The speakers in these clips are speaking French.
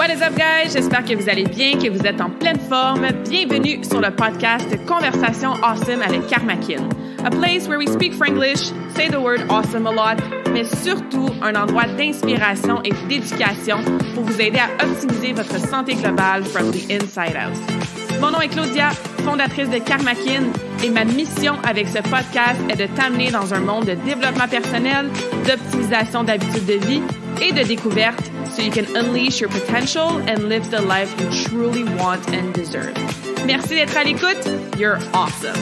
What is up, guys? J'espère que vous allez bien, que vous êtes en pleine forme. Bienvenue sur le podcast Conversation Awesome avec Karmakin. A place where we speak Franglish, say the word awesome a lot, mais surtout un endroit d'inspiration et d'éducation pour vous aider à optimiser votre santé globale from the inside out. Mon nom est Claudia, fondatrice de Karmakin, et ma mission avec ce podcast est de t'amener dans un monde de développement personnel, d'optimisation d'habitudes de vie et de découverte so you can unleash your potential and live the life you truly want and deserve. Merci d'être à l'écoute. You're awesome.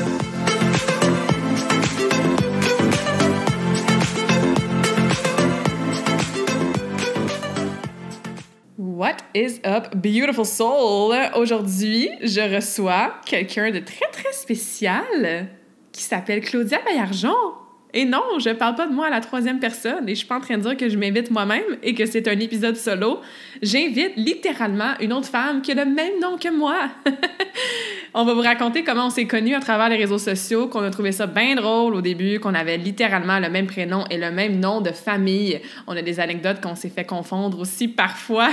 What is up, beautiful soul? Aujourd'hui, je reçois quelqu'un de très, très spécial qui s'appelle Claudia Baillargeon. Et non, je parle pas de moi à la troisième personne et je suis pas en train de dire que je m'invite moi-même et que c'est un épisode solo. J'invite littéralement une autre femme qui a le même nom que moi. On va vous raconter comment on s'est connus à travers les réseaux sociaux, qu'on a trouvé ça bien drôle au début, qu'on avait littéralement le même prénom et le même nom de famille. On a des anecdotes qu'on s'est fait confondre aussi parfois.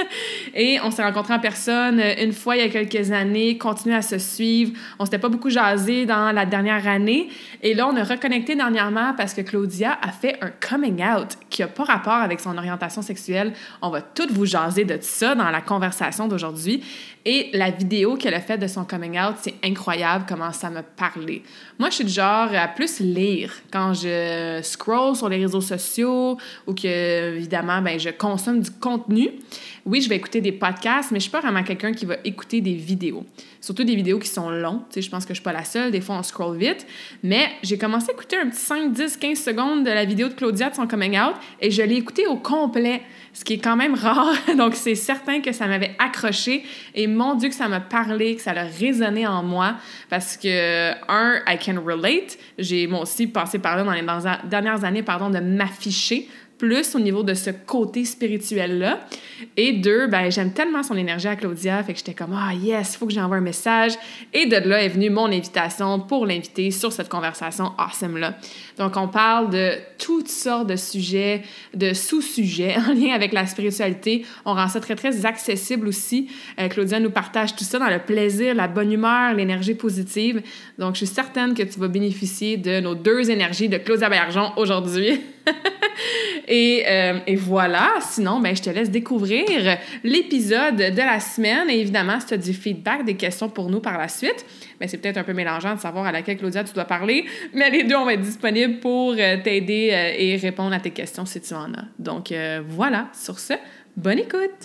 Et on s'est rencontrés en personne une fois il y a quelques années, continué à se suivre. On s'était pas beaucoup jasé dans la dernière année. Et là, on a reconnecté dernièrement parce que Claudia a fait un coming out qui a pas rapport avec son orientation sexuelle. On va toutes vous jaser de ça dans la conversation d'aujourd'hui. Et la vidéo qu'elle a faite de son coming out, c'est incroyable comment ça m'a parlé. Moi, je suis du genre à plus lire quand je scroll sur les réseaux sociaux ou que, évidemment, je consomme du contenu. Oui, je vais écouter des podcasts, mais je suis pas vraiment quelqu'un qui va écouter des vidéos. Surtout des vidéos qui sont longues. Tu sais, je pense que je suis pas la seule. Des fois, on scroll vite. Mais j'ai commencé à écouter un petit 5, 10, 15 secondes de la vidéo de Claudia de son coming out et je l'ai écoutée au complet, ce qui est quand même rare. Donc, c'est certain que ça m'avait accroché et mon Dieu que ça m'a parlé, que ça a résonné en moi parce que, I can relate. J'ai, moi aussi, passé par là dans les dernières années, de m'afficher plus au niveau de ce côté spirituel-là. Et deux, j'aime tellement son énergie à Claudia, fait que j'étais comme « Ah yes, il faut que j'envoie un message ». Et de là est venue mon invitation pour l'inviter sur cette conversation awesome-là. Donc, on parle de toutes sortes de sujets, de sous-sujets en lien avec la spiritualité. On rend ça très, très accessible aussi. Claudia nous partage tout ça dans le plaisir, la bonne humeur, l'énergie positive. Donc, je suis certaine que tu vas bénéficier de nos deux énergies de Claudia Baillargeon aujourd'hui. Et voilà. Sinon, je te laisse découvrir l'épisode de la semaine. Et évidemment, si tu as du feedback, des questions pour nous par la suite, c'est peut-être un peu mélangeant de savoir à laquelle, Claudia, tu dois parler. Mais les deux, on va être disponibles pour t'aider et répondre à tes questions si tu en as. Donc, voilà. Sur ce, bonne écoute!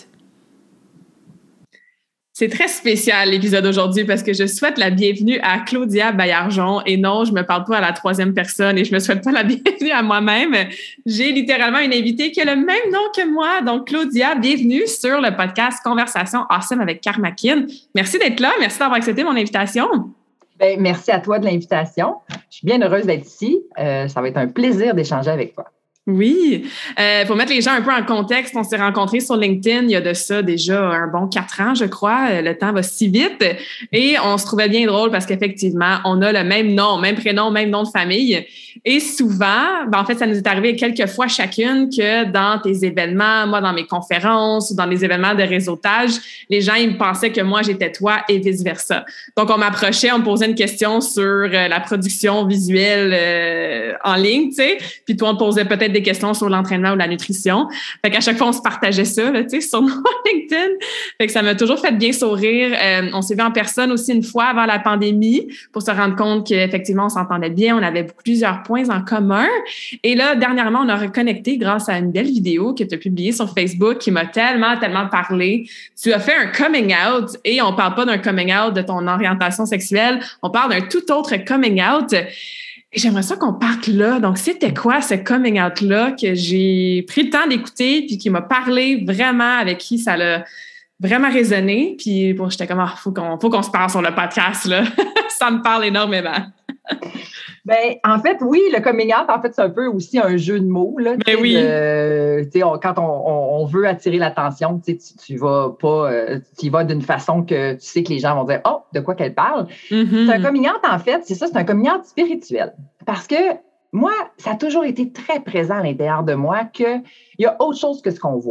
C'est très spécial, l'épisode d'aujourd'hui, parce que je souhaite la bienvenue à Claudia Baillargeon. Et non, je me parle pas à la troisième personne et je me souhaite pas la bienvenue à moi-même. J'ai littéralement une invitée qui a le même nom que moi. Donc, Claudia, bienvenue sur le podcast Conversation Awesome avec Karmakin. Merci d'être là. Merci d'avoir accepté mon invitation. Merci à toi de l'invitation. Je suis bien heureuse d'être ici. Ça va être un plaisir d'échanger avec toi. Oui. Pour mettre les gens un peu en contexte, on s'est rencontrés sur LinkedIn il y a de ça déjà un bon 4 ans, je crois. Le temps va si vite. Et on se trouvait bien drôle parce qu'effectivement, on a le même nom, même prénom, même nom de famille. Et souvent, en fait, ça nous est arrivé quelques fois chacune que dans tes événements, moi, dans mes conférences ou dans les événements de réseautage, les gens, ils me pensaient que moi, j'étais toi et vice-versa. Donc, on m'approchait, on me posait une question sur la production visuelle en ligne, tu sais. Puis toi, on te posait peut-être des questions sur l'entraînement ou la nutrition. Fait qu'à chaque fois, on se partageait ça, là, tu sais, sur mon LinkedIn. Fait que ça m'a toujours fait bien sourire. On s'est vu en personne aussi une fois avant la pandémie pour se rendre compte qu'effectivement, on s'entendait bien. On avait plusieurs points en commun. Et là, dernièrement, on a reconnecté grâce à une belle vidéo que tu as publiée sur Facebook qui m'a tellement parlé. Tu as fait un coming out et on parle pas d'un coming out de ton orientation sexuelle. On parle d'un tout autre coming out. Et j'aimerais ça qu'on parte là. Donc, c'était quoi ce coming out-là que j'ai pris le temps d'écouter puis qui m'a parlé vraiment, avec qui ça l'a vraiment résonné. Puis bon, j'étais comme, faut qu'on se parle sur le podcast, là. Ça me parle énormément. En fait, oui, le coming out, en fait, c'est un peu aussi un jeu de mots, là. Oui. Quand on veut attirer l'attention, tu vas pas, tu y vas d'une façon que tu sais que les gens vont dire, oh, de quoi qu'elle parle. Mm-hmm. C'est un coming out, en fait, c'est un coming out spirituel. Parce que moi, ça a toujours été très présent à l'intérieur de moi qu'il y a autre chose que ce qu'on voit.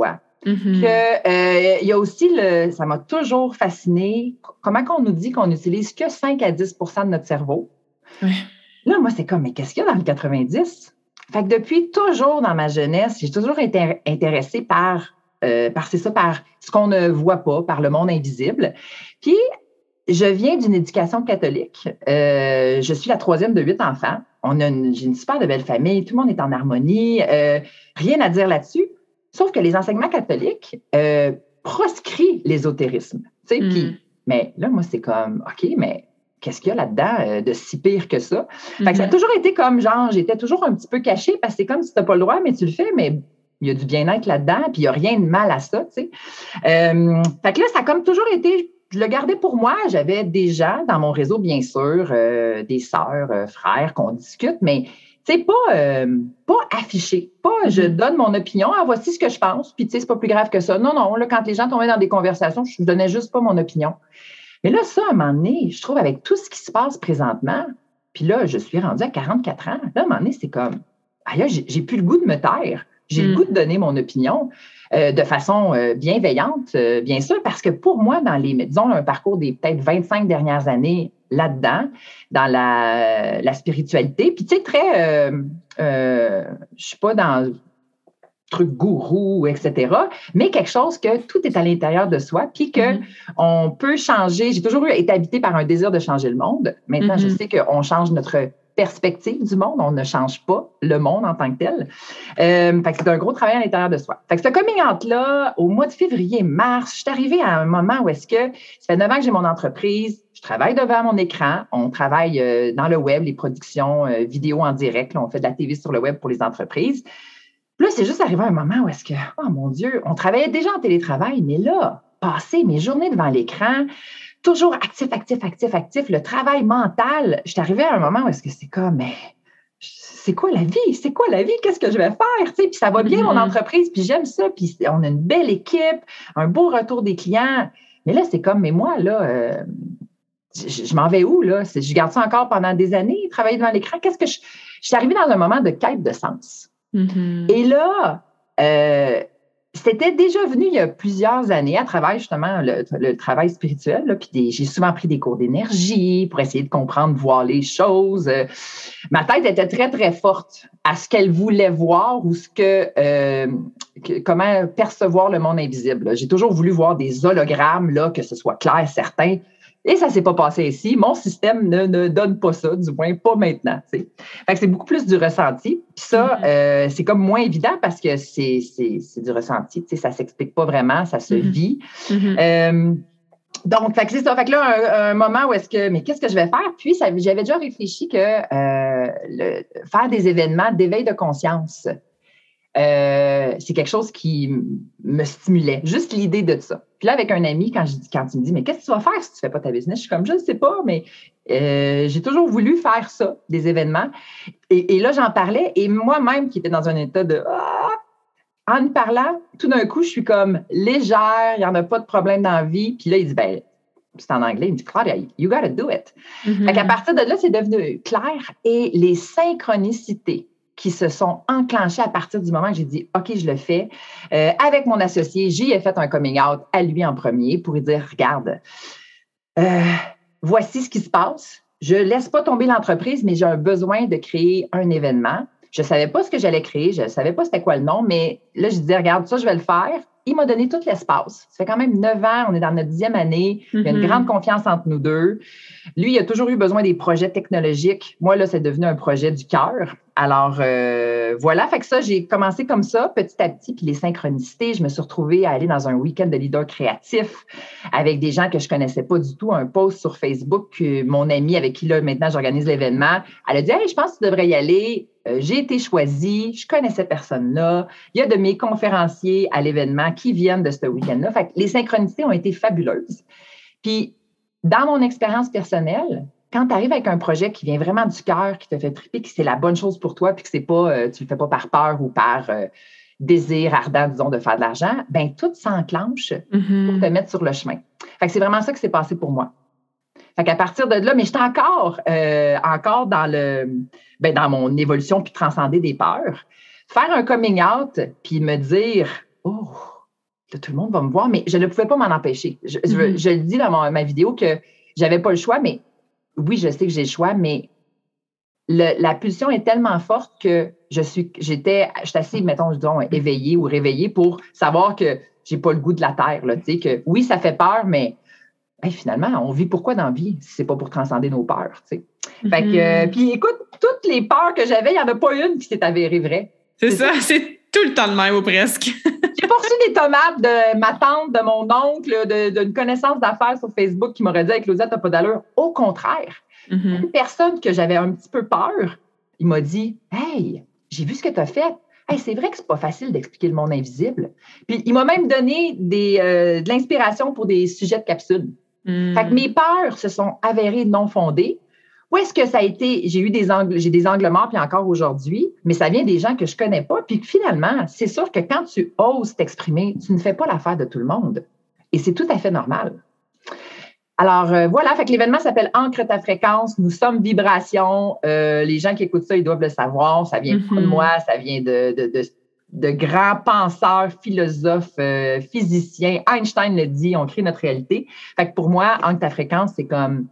Il y a aussi ça m'a toujours fasciné, comment qu'on nous dit qu'on n'utilise que 5 à 10 de notre cerveau. Ouais. Là, moi, c'est comme, mais qu'est-ce qu'il y a dans le 90? Fait que depuis toujours dans ma jeunesse, j'ai toujours été intéressée par ce qu'on ne voit pas, par le monde invisible. Puis, je viens d'une éducation catholique. Je suis la troisième de 8 enfants. J'ai une super de belle famille. Tout le monde est en harmonie. Rien à dire là-dessus. Sauf que les enseignements catholiques proscrivent l'ésotérisme. Mais là, moi, c'est comme, OK, mais qu'est-ce qu'il y a là-dedans de si pire que ça? Fait que ça a toujours été comme, genre, j'étais toujours un petit peu cachée parce que c'est comme si tu n'as pas le droit, mais tu le fais, mais il y a du bien-être là-dedans, puis il n'y a rien de mal à ça, tu sais. Fait que là, ça a comme toujours été, je le gardais pour moi. J'avais des gens dans mon réseau, bien sûr, des sœurs, frères, qu'on discute, mais tu sais, pas affiché, pas je donne mon opinion, voici ce que je pense, puis tu sais, c'est pas plus grave que ça. Non, là, quand les gens tombaient dans des conversations, je donnais juste pas mon opinion. Mais là, ça, à un moment donné, je trouve avec tout ce qui se passe présentement, puis là, je suis rendue à 44 ans, là, à un moment donné, c'est comme, j'ai plus le goût de me taire. J'ai le goût de donner mon opinion de façon bienveillante, bien sûr, parce que pour moi, disons, un parcours des peut-être 25 dernières années là-dedans, dans la spiritualité, puis tu sais, très, je suis pas dans truc gourou, etc., mais quelque chose que tout est à l'intérieur de soi, puis qu'on peut changer. J'ai toujours été habitée par un désir de changer le monde. Maintenant, je sais qu'on change notre perspective du monde, on ne change pas le monde en tant que tel. Fait que c'est un gros travail à l'intérieur de soi. Fait que ce coming out-là, au mois de février-mars, je suis arrivée à un moment où est-ce que ça fait 9 ans que j'ai mon entreprise, je travaille devant mon écran, on travaille dans le web, les productions vidéo en direct, là, on fait de la TV sur le web pour les entreprises. Là, c'est juste arrivé à un moment où est-ce que, oh mon Dieu, on travaillait déjà en télétravail, mais là, passer mes journées devant l'écran, toujours actif, le travail mental, je suis arrivée à un moment où est-ce que c'est comme, mais c'est quoi la vie? C'est quoi la vie? Qu'est-ce que je vais faire? Puis ça va bien, mon entreprise, puis j'aime ça, puis on a une belle équipe, un beau retour des clients. Mais là, c'est comme, mais moi, là, je m'en vais où, là? Je garde ça encore pendant des années, travailler devant l'écran. Je suis arrivée dans un moment de quête de sens. Et là, c'était déjà venu il y a plusieurs années à travers justement le travail spirituel. Là, puis j'ai souvent pris des cours d'énergie pour essayer de comprendre, voir les choses. Ma tête était très, très forte à ce qu'elle voulait voir ou comment percevoir le monde invisible. Là. J'ai toujours voulu voir des hologrammes, là, que ce soit clair, certain. Et ça ne s'est pas passé ici. Mon système ne donne pas ça, du moins pas maintenant. T'sais. Fait que c'est beaucoup plus du ressenti. Puis ça, c'est comme moins évident parce que c'est du ressenti. Ça ne s'explique pas vraiment, ça se vit. Donc, fait que c'est ça. Fait que là, un moment où mais qu'est-ce que je vais faire? Puis, j'avais déjà réfléchi que faire des événements d'éveil de conscience, c'est quelque chose qui me stimulait, juste l'idée de ça. Puis là, avec un ami, quand il me dit « Mais qu'est-ce que tu vas faire si tu ne fais pas ta business? » Je suis comme « Je ne sais pas, mais j'ai toujours voulu faire ça, des événements. » Et là, j'en parlais et moi-même, qui était dans un état de « En y parlant, tout d'un coup, je suis comme légère, il n'y en a pas de problème dans la vie. » Puis là, il dit « Ben, c'est en anglais, il me dit « Claudia, you gotta do it. » Fait qu'à partir de là, c'est devenu clair et les synchronicités qui se sont enclenchées à partir du moment que j'ai dit « OK, je le fais ». Avec mon associé, j'y ai fait un coming out à lui en premier pour lui dire « Regarde, voici ce qui se passe. Je ne laisse pas tomber l'entreprise, mais j'ai un besoin de créer un événement. » Je ne savais pas ce que j'allais créer, je ne savais pas c'était quoi le nom, mais là, je disais « Regarde, ça, je vais le faire. » Il m'a donné tout l'espace. Ça fait quand même 9 ans, on est dans notre 10e année. Il y a une grande confiance entre nous deux. Lui, il a toujours eu besoin des projets technologiques. Moi, là, c'est devenu un projet du cœur. Alors, voilà. Fait que ça, j'ai commencé comme ça, petit à petit. Puis les synchronicités, je me suis retrouvée à aller dans un week-end de leader créatif avec des gens que je connaissais pas du tout. Un post sur Facebook, mon amie avec qui, là, maintenant, j'organise l'événement, elle a dit « Hey, je pense que tu devrais y aller. » J'ai été choisie, je connais cette personne-là. Il y a de mes conférenciers à l'événement qui viennent de ce week-end-là. Fait que les synchronicités ont été fabuleuses. Puis, dans mon expérience personnelle, quand tu arrives avec un projet qui vient vraiment du cœur, qui te fait triper, que c'est la bonne chose pour toi, puis que c'est pas, tu le fais pas par peur ou par désir ardent, disons, de faire de l'argent, ben tout s'enclenche pour te mettre sur le chemin. Fait que c'est vraiment ça qui s'est passé pour moi. Fait qu'à partir de là, mais j'étais encore dans mon évolution puis transcender des peurs. Faire un coming out puis me dire « Oh, tout le monde va me voir, mais je ne pouvais pas m'en empêcher. Je le dis dans ma vidéo que j'avais pas le choix, mais oui, je sais que j'ai le choix, mais la pulsion est tellement forte que j'étais assez, mettons, disons, éveillée ou réveillée pour savoir que j'ai pas le goût de la terre, là, tu sais, que oui, ça fait peur, mais finalement, on vit pourquoi dans la vie si c'est pas pour transcender nos peurs, tu sais. Fait que, puis écoute, toutes les peurs que j'avais, il n'y en a pas une qui s'est avérée vraie. C'est ça, c'est tout le temps de même ou presque. J'ai pas reçu des tomates de ma tante, de mon oncle, d'une connaissance d'affaires sur Facebook qui m'aurait dit « Claudia, t'as pas d'allure. » Au contraire, une personne que j'avais un petit peu peur, il m'a dit « Hey, j'ai vu ce que tu as fait. Hey, c'est vrai que c'est pas facile d'expliquer le monde invisible. » Puis il m'a même donné de l'inspiration pour des sujets de capsules. Fait que mes peurs se sont avérées non fondées. Où est-ce que ça a été? J'ai des angles morts, puis encore aujourd'hui, mais ça vient des gens que je connais pas. Puis finalement, c'est sûr que quand tu oses t'exprimer, tu ne fais pas l'affaire de tout le monde. Et c'est tout à fait normal. Alors, voilà, fait que l'événement s'appelle Ancre ta fréquence. Nous sommes vibration. Les gens qui écoutent ça, ils doivent le savoir. Ça vient pas de moi, ça vient de grands penseurs, philosophes, physiciens. Einstein le dit, on crée notre réalité. Fait que pour moi, Ancre ta fréquence, c'est comme...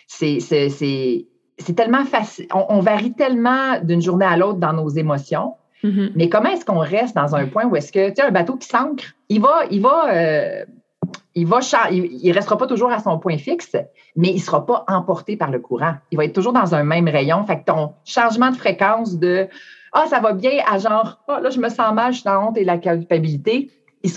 C'est tellement facile. On varie tellement d'une journée à l'autre dans nos émotions. Mais comment est-ce qu'on reste dans un point où est-ce que, tu sais, un bateau qui s'ancre, il restera pas toujours à son point fixe, mais il sera pas emporté par le courant. Il va être toujours dans un même rayon. Fait que ton changement de fréquence ça va bien à genre, là, je me sens mal, je suis dans la honte et la culpabilité. Il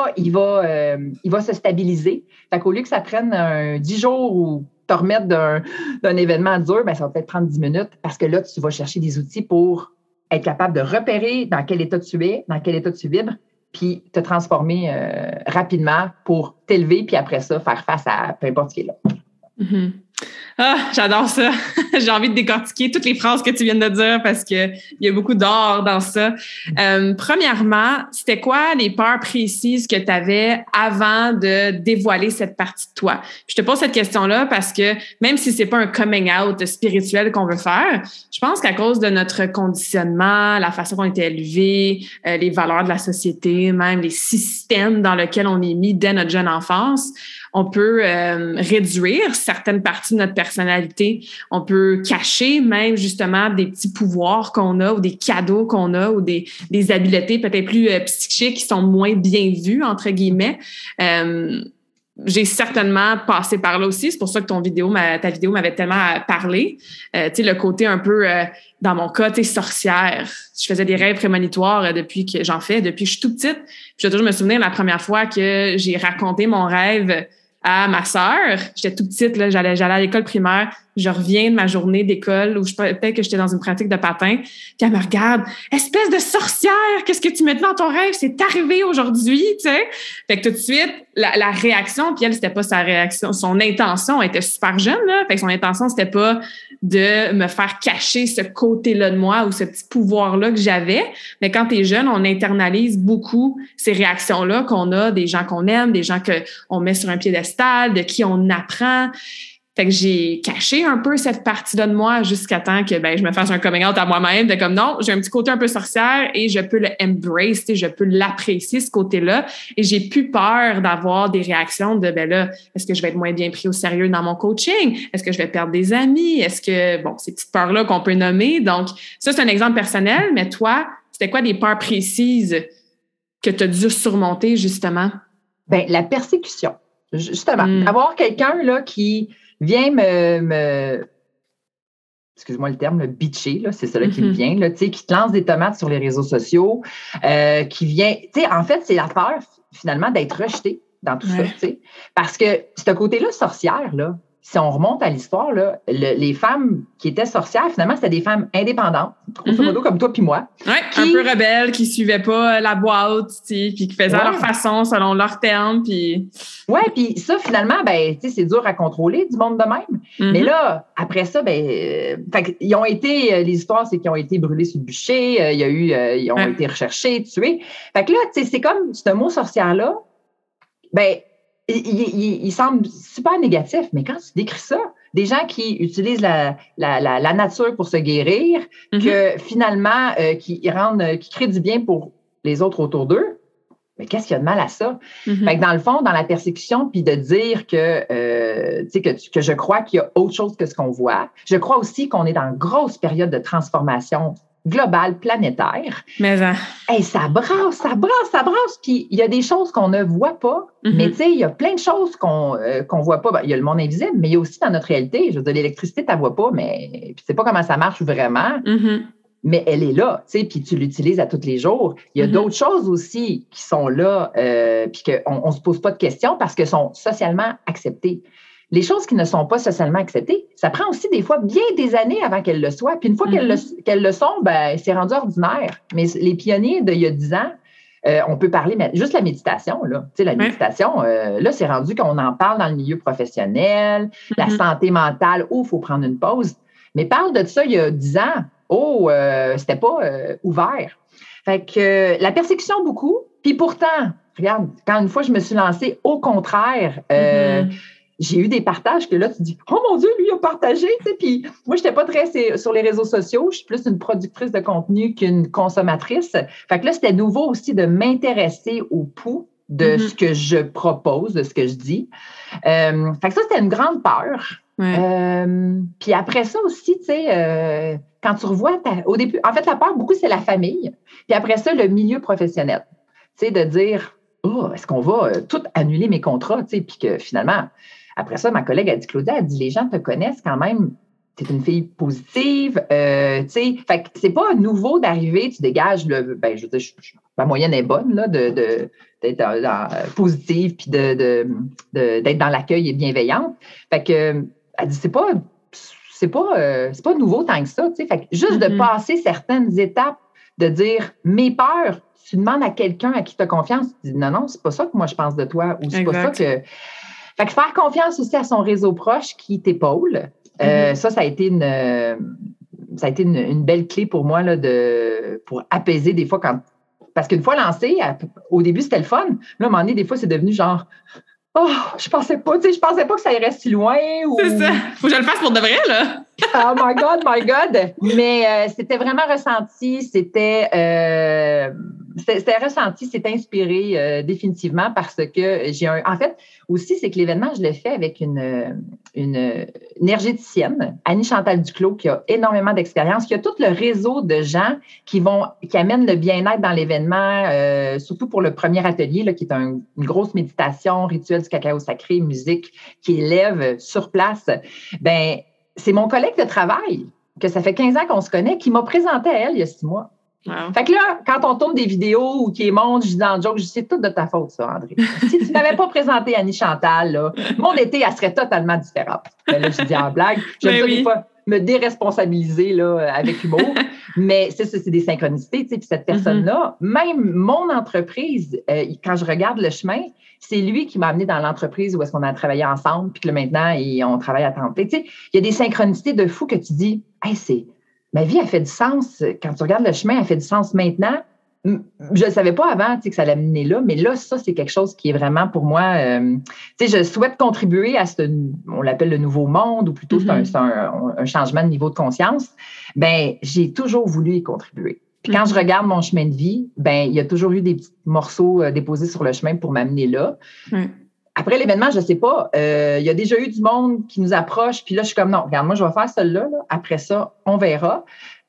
va se stabiliser. Fait qu'au lieu que ça prenne 10 jours ou te remettre d'un événement dur, ça va peut-être prendre 10 minutes parce que là, tu vas chercher des outils pour être capable de repérer dans quel état tu es, dans quel état tu vibres, puis te transformer rapidement pour t'élever, puis après ça, faire face à peu importe ce qui est là. Ah, j'adore ça. J'ai envie de décortiquer toutes les phrases que tu viens de dire parce que il y a beaucoup d'or dans ça. Premièrement, c'était quoi les peurs précises que tu avais avant de dévoiler cette partie de toi? Je te pose cette question-là parce que même si c'est pas un coming out spirituel qu'on veut faire, je pense qu'à cause de notre conditionnement, la façon dont on était élevé, les valeurs de la société, même les systèmes dans lesquels on est mis dès notre jeune enfance, on peut réduire certaines parties de notre personnalité. On peut cacher même justement des petits pouvoirs qu'on a ou des cadeaux qu'on a ou des habiletés peut-être plus psychiques qui sont moins bien vues, entre guillemets. J'ai certainement passé par là aussi. C'est pour ça que ta vidéo m'avait tellement parlé. Tu sais, le côté un peu, dans mon cas, tu sais, sorcière. Je faisais des rêves prémonitoires depuis que je suis toute petite. Je dois toujours me souvenir la première fois que j'ai raconté mon rêve à ma sœur. J'étais toute petite, là, j'allais à l'école primaire. Je reviens de ma journée d'école où peut-être que j'étais dans une pratique de patin. Puis elle me regarde. « Espèce de sorcière! Qu'est-ce que tu mets dans ton rêve? C'est arrivé aujourd'hui! » Tu sais? Fait que tout de suite, la réaction, puis elle, c'était pas sa réaction. Son intention était super jeune, là. Fait que son intention, c'était pas de me faire cacher ce côté-là de moi ou ce petit pouvoir-là que j'avais. Mais quand t'es jeune, on internalise beaucoup ces réactions-là qu'on a des gens qu'on aime, des gens qu'on met sur un piédestal, de qui on apprend. Fait que j'ai caché un peu cette partie-là de moi jusqu'à temps que je me fasse un coming out à moi-même de comme non, j'ai un petit côté un peu sorcière et je peux le embrace, je peux l'apprécier ce côté-là et j'ai plus peur d'avoir des réactions de là, est-ce que je vais être moins bien pris au sérieux dans mon coaching? Est-ce que je vais perdre des amis? Est-ce que ces petites peurs-là qu'on peut nommer? Donc ça, c'est un exemple personnel, mais toi, c'était quoi des peurs précises que tu as dû surmonter justement? La persécution. Justement, d'avoir quelqu'un là qui vient excuse-moi le terme, le bitcher, là, c'est ça là, qui me vient, là, qui te lance des tomates sur les réseaux sociaux, qui vient, en fait, c'est la peur, finalement, d'être rejeté dans tout ça, parce que ce côté-là, sorcière, là, si on remonte à l'histoire, là, les femmes qui étaient sorcières, finalement, c'était des femmes indépendantes, grosso modo, comme toi puis moi. Oui, un peu rebelles, qui suivaient pas la boîte, puis qui faisaient leur façon, selon leurs termes, puis... Oui, puis ça, finalement, c'est dur à contrôler du monde de même. Mais là, après ça, ils ont été, les histoires, c'est qu'ils ont été brûlés sur le bûcher, ils ont été recherchés, tués. Fait que là, c'est comme ce mot sorcière-là, il semble super négatif, mais quand tu décris ça, des gens qui utilisent la nature pour se guérir, que finalement, qui créent du bien pour les autres autour d'eux, Mais qu'est-ce qu'il y a de mal à ça? Fait que dans le fond, dans la persécution, puis de dire que je crois qu'il y a autre chose que ce qu'on voit, je crois aussi qu'on est dans une grosse période de transformation globale, planétaire. Mais ça brasse. Puis il y a des choses qu'on ne voit pas, mais tu sais, il y a plein de choses qu'on voit pas. Ben, il y a le monde invisible, mais il y a aussi dans notre réalité, je veux dire, l'électricité, tu la vois pas, mais tu sais pas comment ça marche vraiment. Mais elle est là, tu sais, puis tu l'utilises à tous les jours. Il y a d'autres choses aussi qui sont là, puis qu'on ne se pose pas de questions parce qu'elles sont socialement acceptées. Les choses qui ne sont pas socialement acceptées, ça prend aussi des fois bien des années avant qu'elles le soient. Puis une fois qu'elles le sont, ben c'est rendu ordinaire. Mais les pionniers d'il y a 10 ans, on peut parler juste la méditation, là. Tu sais, la méditation, là, c'est rendu qu'on en parle dans le milieu professionnel, la santé mentale, il faut prendre une pause. Mais parle de ça il y a 10 ans, c'était pas ouvert. Fait que la persécution, beaucoup. Puis pourtant, regarde, quand une fois je me suis lancée, au contraire, j'ai eu des partages que là, tu dis « Oh mon Dieu, lui, il a partagé! » Puis moi, je n'étais pas très sur les réseaux sociaux. Je suis plus une productrice de contenu qu'une consommatrice. Fait que là, c'était nouveau aussi de m'intéresser au pouls de ce que je propose, de ce que je dis. Fait que ça, c'était une grande peur. Puis après ça aussi, tu sais, quand tu revois, au début, en fait, la peur, beaucoup, c'est la famille. Puis après ça, le milieu professionnel. Tu sais, de dire « Oh, est-ce qu'on va tout annuler mes contrats? » Tu sais, puis que finalement, après ça, ma collègue a dit, Claudia, elle dit, les gens te connaissent quand même. Tu es une fille positive. Tu sais, fait que c'est pas nouveau d'arriver, tu dégages je veux dire, ma moyenne est bonne, là, d'être positive puis d'être dans l'accueil et bienveillante. Fait que, elle dit, c'est pas nouveau tant que ça, tu sais. Fait que juste de passer certaines étapes, de dire, mes peurs, tu demandes à quelqu'un à qui tu as confiance, tu dis, non, c'est pas ça que moi je pense de toi, ou c'est pas ça que. Fait que faire confiance aussi à son réseau proche qui t'épaule, ça a été une belle clé pour moi là, pour apaiser des fois parce qu'une fois lancé, au début, c'était le fun. Là, à un moment donné, des fois, c'est devenu genre oh, je pensais pas que ça irait si loin. C'est ça. Faut que je le fasse pour de vrai, là. Oh my God. Mais c'était vraiment ressenti. C'était ressenti, c'était inspiré définitivement parce que en fait, aussi, c'est que l'événement, je l'ai fait avec une énergéticienne, Annie-Chantal Duclos, qui a énormément d'expérience, qui a tout le réseau de gens qui amènent le bien-être dans l'événement, surtout pour le premier atelier, là, qui est une grosse méditation, rituel du cacao sacré, musique, qui élève sur place. Ben, c'est mon collègue de travail, que ça fait 15 ans qu'on se connaît, qui m'a présenté à elle il y a 6 mois. Wow. Fait que là, quand on tourne des vidéos ou qui montent, je dis dans le joke, c'est tout de ta faute, ça, André. Si tu n'avais pas présenté Annie Chantal, là, mon été, elle serait totalement différente. Ben là, je dis en blague. J'aime ça des fois me déresponsabiliser là, avec humour. Mais c'est des synchronicités. Tu sais, puis cette personne-là, même mon entreprise, quand je regarde le chemin, c'est lui qui m'a amené dans l'entreprise où est-ce qu'on a travaillé ensemble, puis que là, maintenant, on travaille à temps plein. Tu sais, il y a des synchronicités de fou que tu dis, hey, ma vie a fait du sens. Quand tu regardes le chemin, elle fait du sens maintenant. Je ne savais pas avant que ça allait mener là, mais là, ça, c'est quelque chose qui est vraiment pour moi. Je souhaite contribuer à on l'appelle le nouveau monde, ou plutôt c'est un changement de niveau de conscience. Ben, j'ai toujours voulu y contribuer. Puis quand je regarde mon chemin de vie, ben, il y a toujours eu des petits morceaux déposés sur le chemin pour m'amener là. Après l'événement, je ne sais pas, il y a déjà eu du monde qui nous approche, puis là, je suis comme, non, regarde, moi, je vais faire celle-là, là. Après ça, on verra.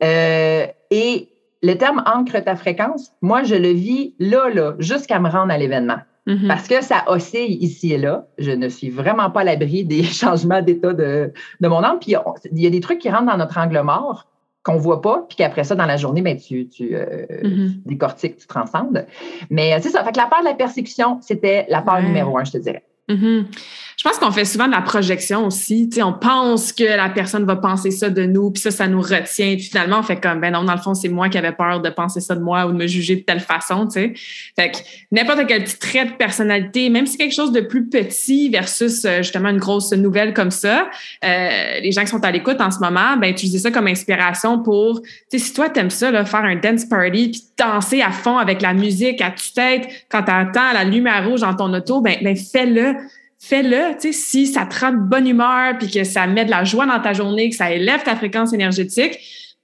Et le terme « ancre ta fréquence », moi, je le vis là, jusqu'à me rendre à l'événement. Parce que ça oscille ici et là. Je ne suis vraiment pas à l'abri des changements d'état de mon âme. Puis il y a des trucs qui rentrent dans notre angle mort qu'on ne voit pas, puis qu'après ça, dans la journée, ben, tu décortiques, tu transcendes. Mais c'est ça. Fait que la peur de la persécution, c'était la peur numéro 1, je te dirais. Je pense qu'on fait souvent de la projection aussi. Tu sais, on pense que la personne va penser ça de nous, puis ça nous retient. Puis finalement, on fait comme, ben non, dans le fond, c'est moi qui avais peur de penser ça de moi ou de me juger de telle façon, tu sais. Fait que n'importe quel petit trait de personnalité, même si c'est quelque chose de plus petit versus justement une grosse nouvelle comme ça, les gens qui sont à l'écoute en ce moment, ben utiliser ça comme inspiration pour, tu sais, si toi t'aimes ça, là, faire un dance party puis danser à fond avec la musique à tue-tête quand t'entends la lumière rouge dans ton auto, ben fais-le, tu sais, si ça te rend de bonne humeur puis que ça met de la joie dans ta journée, que ça élève ta fréquence énergétique,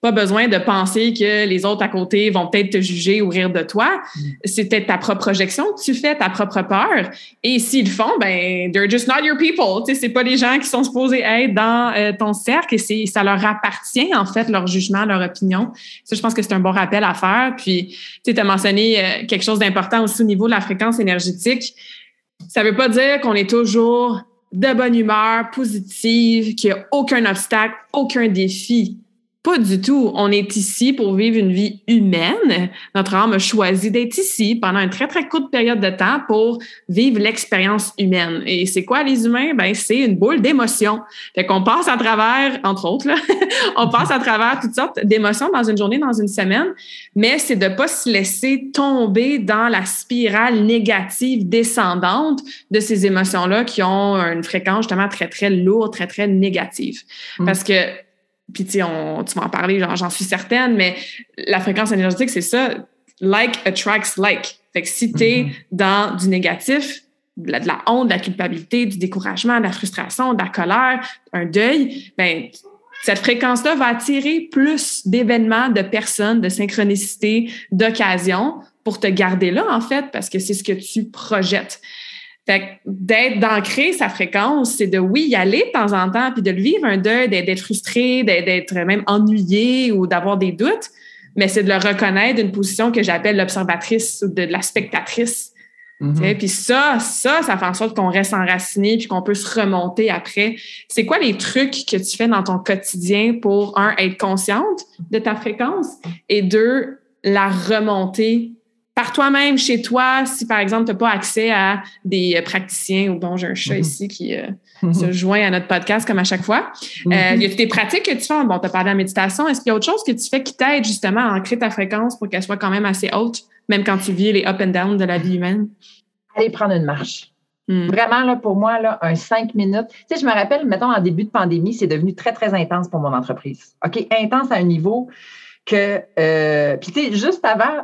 Pas besoin de penser que les autres à côté vont peut-être te juger ou rire de toi. C'est peut-être ta propre projection que tu fais, ta propre peur. Et s'ils le font, ben, they're just not your people. Tu sais, c'est pas les gens qui sont supposés être dans ton cercle et ça leur appartient, en fait, leur jugement, leur opinion. Ça, je pense que c'est un bon rappel à faire. Puis, tu sais, as mentionné quelque chose d'important aussi au niveau de la fréquence énergétique. Ça veut pas dire qu'on est toujours de bonne humeur, positive, qu'il n'y a aucun obstacle, aucun défi. Pas du tout. On est ici pour vivre une vie humaine. Notre âme a choisi d'être ici pendant une très, très courte période de temps pour vivre l'expérience humaine. Et c'est quoi les humains? Ben, c'est une boule d'émotions. Fait qu'on passe à travers, entre autres, là, on passe à travers toutes sortes d'émotions dans une journée, dans une semaine, mais c'est de pas se laisser tomber dans la spirale négative descendante de ces émotions-là qui ont une fréquence justement très, très lourde, très, très négative. Parce que puis, tu vas en parler, j'en suis certaine, mais la fréquence énergétique, c'est ça. Like attracts like. Fait que si t'es dans du négatif, de la honte, de la culpabilité, du découragement, de la frustration, de la colère, un deuil, ben cette fréquence-là va attirer plus d'événements, de personnes, de synchronicités, d'occasions pour te garder là, en fait, parce que c'est ce que tu projettes. Fait que d'ancrer sa fréquence, c'est de, oui, y aller de temps en temps, puis de le vivre un deuil, d'être frustré, d'être même ennuyé ou d'avoir des doutes, mais c'est de le reconnaître d'une position que j'appelle l'observatrice ou de la spectatrice. Puis ça fait en sorte qu'on reste enraciné puis qu'on peut se remonter après. C'est quoi les trucs que tu fais dans ton quotidien pour, un, être consciente de ta fréquence et deux, la remonter par toi-même, chez toi, si par exemple, tu n'as pas accès à des praticiens, ou bon, j'ai un chat ici qui se joint à notre podcast comme à chaque fois. Y a des pratiques que tu fais? Bon, tu as parlé de la méditation. Est-ce qu'il y a autre chose que tu fais qui t'aide justement à ancrer ta fréquence pour qu'elle soit quand même assez haute, même quand tu vis les up and down de la vie humaine? Aller prendre une marche. Vraiment, là, pour moi, là, un 5 minutes. Tu sais, je me rappelle, mettons, en début de pandémie, c'est devenu très, très intense pour mon entreprise. OK, intense à un niveau que, puis tu sais, juste avant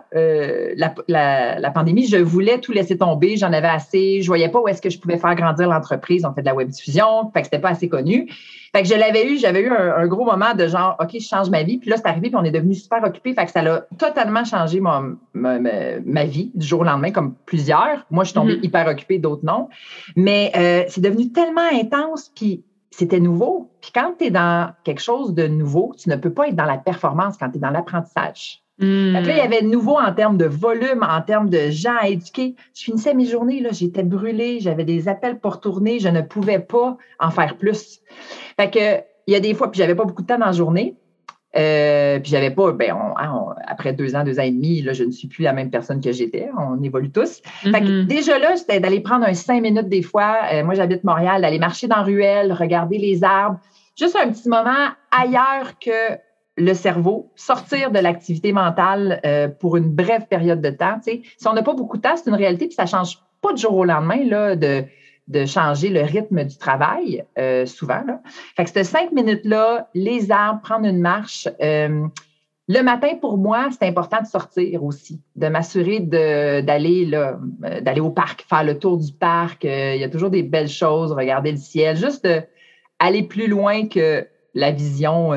la pandémie, je voulais tout laisser tomber, j'en avais assez, je voyais pas où est-ce que je pouvais faire grandir l'entreprise, on fait de la webdiffusion, fait que c'était pas assez connu. Fait que j'avais eu un gros moment de genre, OK, je change ma vie, puis là, c'est arrivé, puis on est devenu super occupés, fait que ça a totalement changé ma vie du jour au lendemain, comme plusieurs. Moi, je suis tombée hyper occupée, d'autres non. Mais c'est devenu tellement intense, puis c'était nouveau. Puis quand tu es dans quelque chose de nouveau, tu ne peux pas être dans la performance quand tu es dans l'apprentissage. Fait que là, il y avait nouveau en termes de volume, en termes de gens à éduquer. Je finissais mes journées, là, j'étais brûlée, j'avais des appels pour tourner, je ne pouvais pas en faire plus. Fait que il y a des fois, puis j'avais pas beaucoup de temps dans la journée. Puis j'avais pas, après 2 ans et demi, là, je ne suis plus la même personne que j'étais. On évolue tous. Fait que déjà là, c'était d'aller prendre un 5 minutes des fois. Moi, j'habite Montréal, d'aller marcher dans la ruelle, regarder les arbres. Juste un petit moment ailleurs que le cerveau, sortir de l'activité mentale pour une brève période de temps. Tu sais. Si on n'a pas beaucoup de temps, c'est une réalité, puis ça change pas du jour au lendemain là, de changer le rythme du travail, souvent. Là. Fait que ces 5 minutes-là, les arbres, prendre une marche. Le matin, pour moi, c'est important de sortir aussi, de m'assurer d'aller au parc, faire le tour du parc. Il y a toujours des belles choses, regarder le ciel, juste aller plus loin que la vision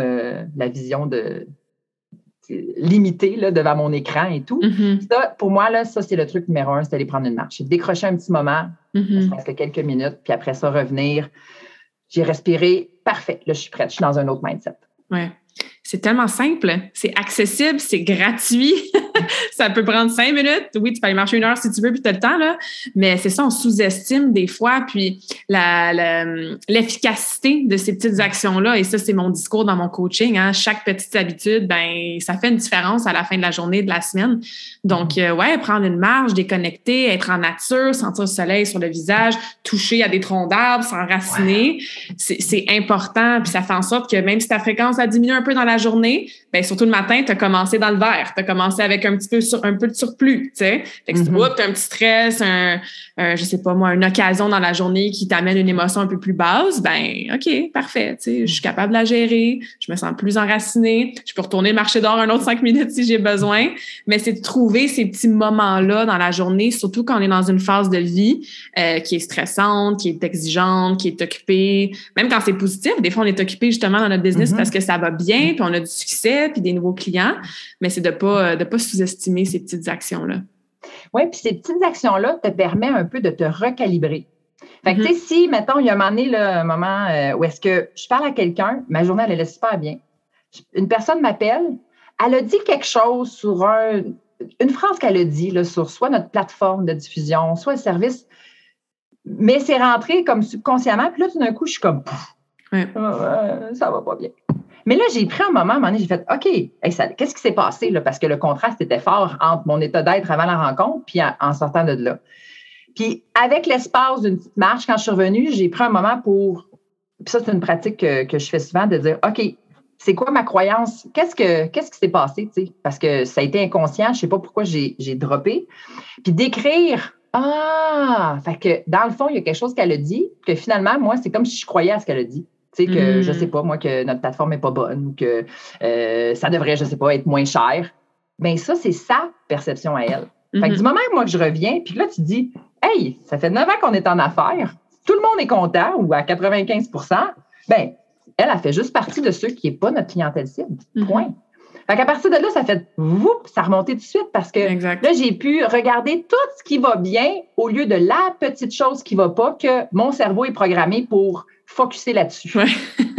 limitée là, devant mon écran et tout. Ça, pour moi, là, ça, c'est le truc numéro 1, c'est d'aller prendre une marche. C'est de décrocher un petit moment, presque quelques minutes, puis après ça, revenir. J'ai respiré, parfait, là, je suis prête, je suis dans un autre mindset. Ouais. C'est tellement simple, c'est accessible, c'est gratuit. Ça peut prendre 5 minutes. Oui, tu peux aller marcher 1 heure si tu veux, puis tu as le temps, là. Mais c'est ça, on sous-estime des fois, puis l'efficacité de ces petites actions-là. Et ça, c'est mon discours dans mon coaching. Hein. Chaque petite habitude, ça fait une différence à la fin de la journée, de la semaine. Donc, prendre une marche, déconnecter, être en nature, sentir le soleil sur le visage, toucher à des troncs d'arbres, s'enraciner, c'est important. Puis ça fait en sorte que même si ta fréquence a diminué un peu dans la journée, surtout le matin, tu as commencé dans le vert. Tu as commencé avec un petit peu un peu de surplus, tu sais. Fait que si t'as un petit stress, je sais pas moi, une occasion dans la journée qui t'amène une émotion un peu plus basse, ben OK, parfait, tu sais, je suis capable de la gérer, je me sens plus enracinée, je peux retourner marcher dehors un autre 5 minutes si j'ai besoin, mais c'est de trouver ces petits moments-là dans la journée, surtout quand on est dans une phase de vie qui est stressante, qui est exigeante, qui est occupée, même quand c'est positif, des fois on est occupé justement dans notre business parce que ça va bien, puis on a du succès, puis des nouveaux clients, mais c'est de pas sous-estimer ces petites actions-là. Oui, puis ces petites actions-là te permettent un peu de te recalibrer. Fait que, tu sais, si, mettons, il y a un moment où est-ce que je parle à quelqu'un, ma journée, elle allait super bien. Une personne m'appelle, elle a dit quelque chose sur une phrase qu'elle a dit là, sur soit notre plateforme de diffusion, soit le service, mais c'est rentré comme subconsciemment, puis là, tout d'un coup, je suis comme, ça va pas bien. Mais là, j'ai pris un moment, à un moment donné, j'ai fait, OK, qu'est-ce qui s'est passé là? Parce que le contraste était fort entre mon état d'être avant la rencontre puis en sortant de là. Puis avec l'espace d'une petite marche, quand je suis revenue, j'ai pris un moment pour, puis ça, c'est une pratique que je fais souvent, de dire, OK, c'est quoi ma croyance? Qu'est-ce qui s'est passé? T'sais? Parce que ça a été inconscient, je ne sais pas pourquoi j'ai droppé. Puis d'écrire, fait que dans le fond, il y a quelque chose qu'elle a dit, que finalement, moi, c'est comme si je croyais à ce qu'elle a dit. Tu sais, que je sais pas, moi, que notre plateforme n'est pas bonne ou que ça devrait, je sais pas, être moins cher. Bien, ça, c'est sa perception à elle. Fait que du moment moi que je reviens, puis là, tu dis, hey, ça fait 9 ans qu'on est en affaires, tout le monde est content ou à 95 bien, elle a fait juste partie de ceux qui n'est pas notre clientèle cible. Point. Fait qu'à partir de là, ça fait ça remontait tout de suite parce que là, j'ai pu regarder tout ce qui va bien au lieu de la petite chose qui ne va pas que mon cerveau est programmé pour focusser là-dessus. Ouais.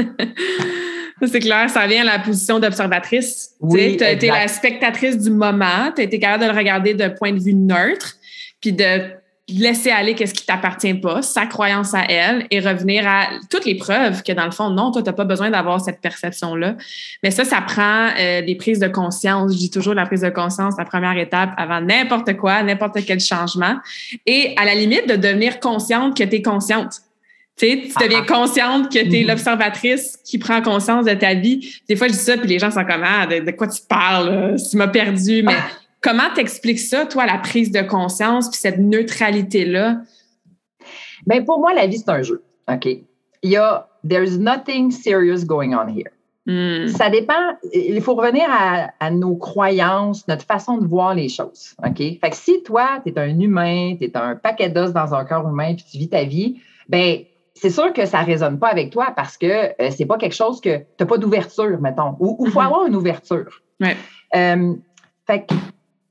C'est clair, ça vient à la position d'observatrice. Oui, tu as été la spectatrice du moment, tu as été capable de le regarder d'un point de vue neutre, puis de laisser aller qu'est-ce qui t'appartient pas, sa croyance à elle, et revenir à toutes les preuves que dans le fond, non, toi, tu n'as pas besoin d'avoir cette perception-là. Mais ça prend des prises de conscience. Je dis toujours la prise de conscience, la première étape avant n'importe quoi, n'importe quel changement. Et à la limite, de devenir consciente que tu es consciente. Tu deviens consciente que tu es l'observatrice qui prend conscience de ta vie. Des fois, je dis ça, puis les gens sont comme, de quoi tu parles? Tu m'as perdu. Mais comment t'expliques ça, toi, la prise de conscience puis cette neutralité-là? Bien, pour moi, la vie, c'est un jeu. OK? There's nothing serious going on here. Ça dépend. Il faut revenir à nos croyances, notre façon de voir les choses. OK? Fait que si toi, tu es un humain, tu es un paquet d'os dans un corps humain puis tu vis ta vie, bien, c'est sûr que ça ne résonne pas avec toi parce que c'est pas quelque chose que tu n'as pas d'ouverture, mettons. Ou il faut avoir une ouverture. Ouais. Fait que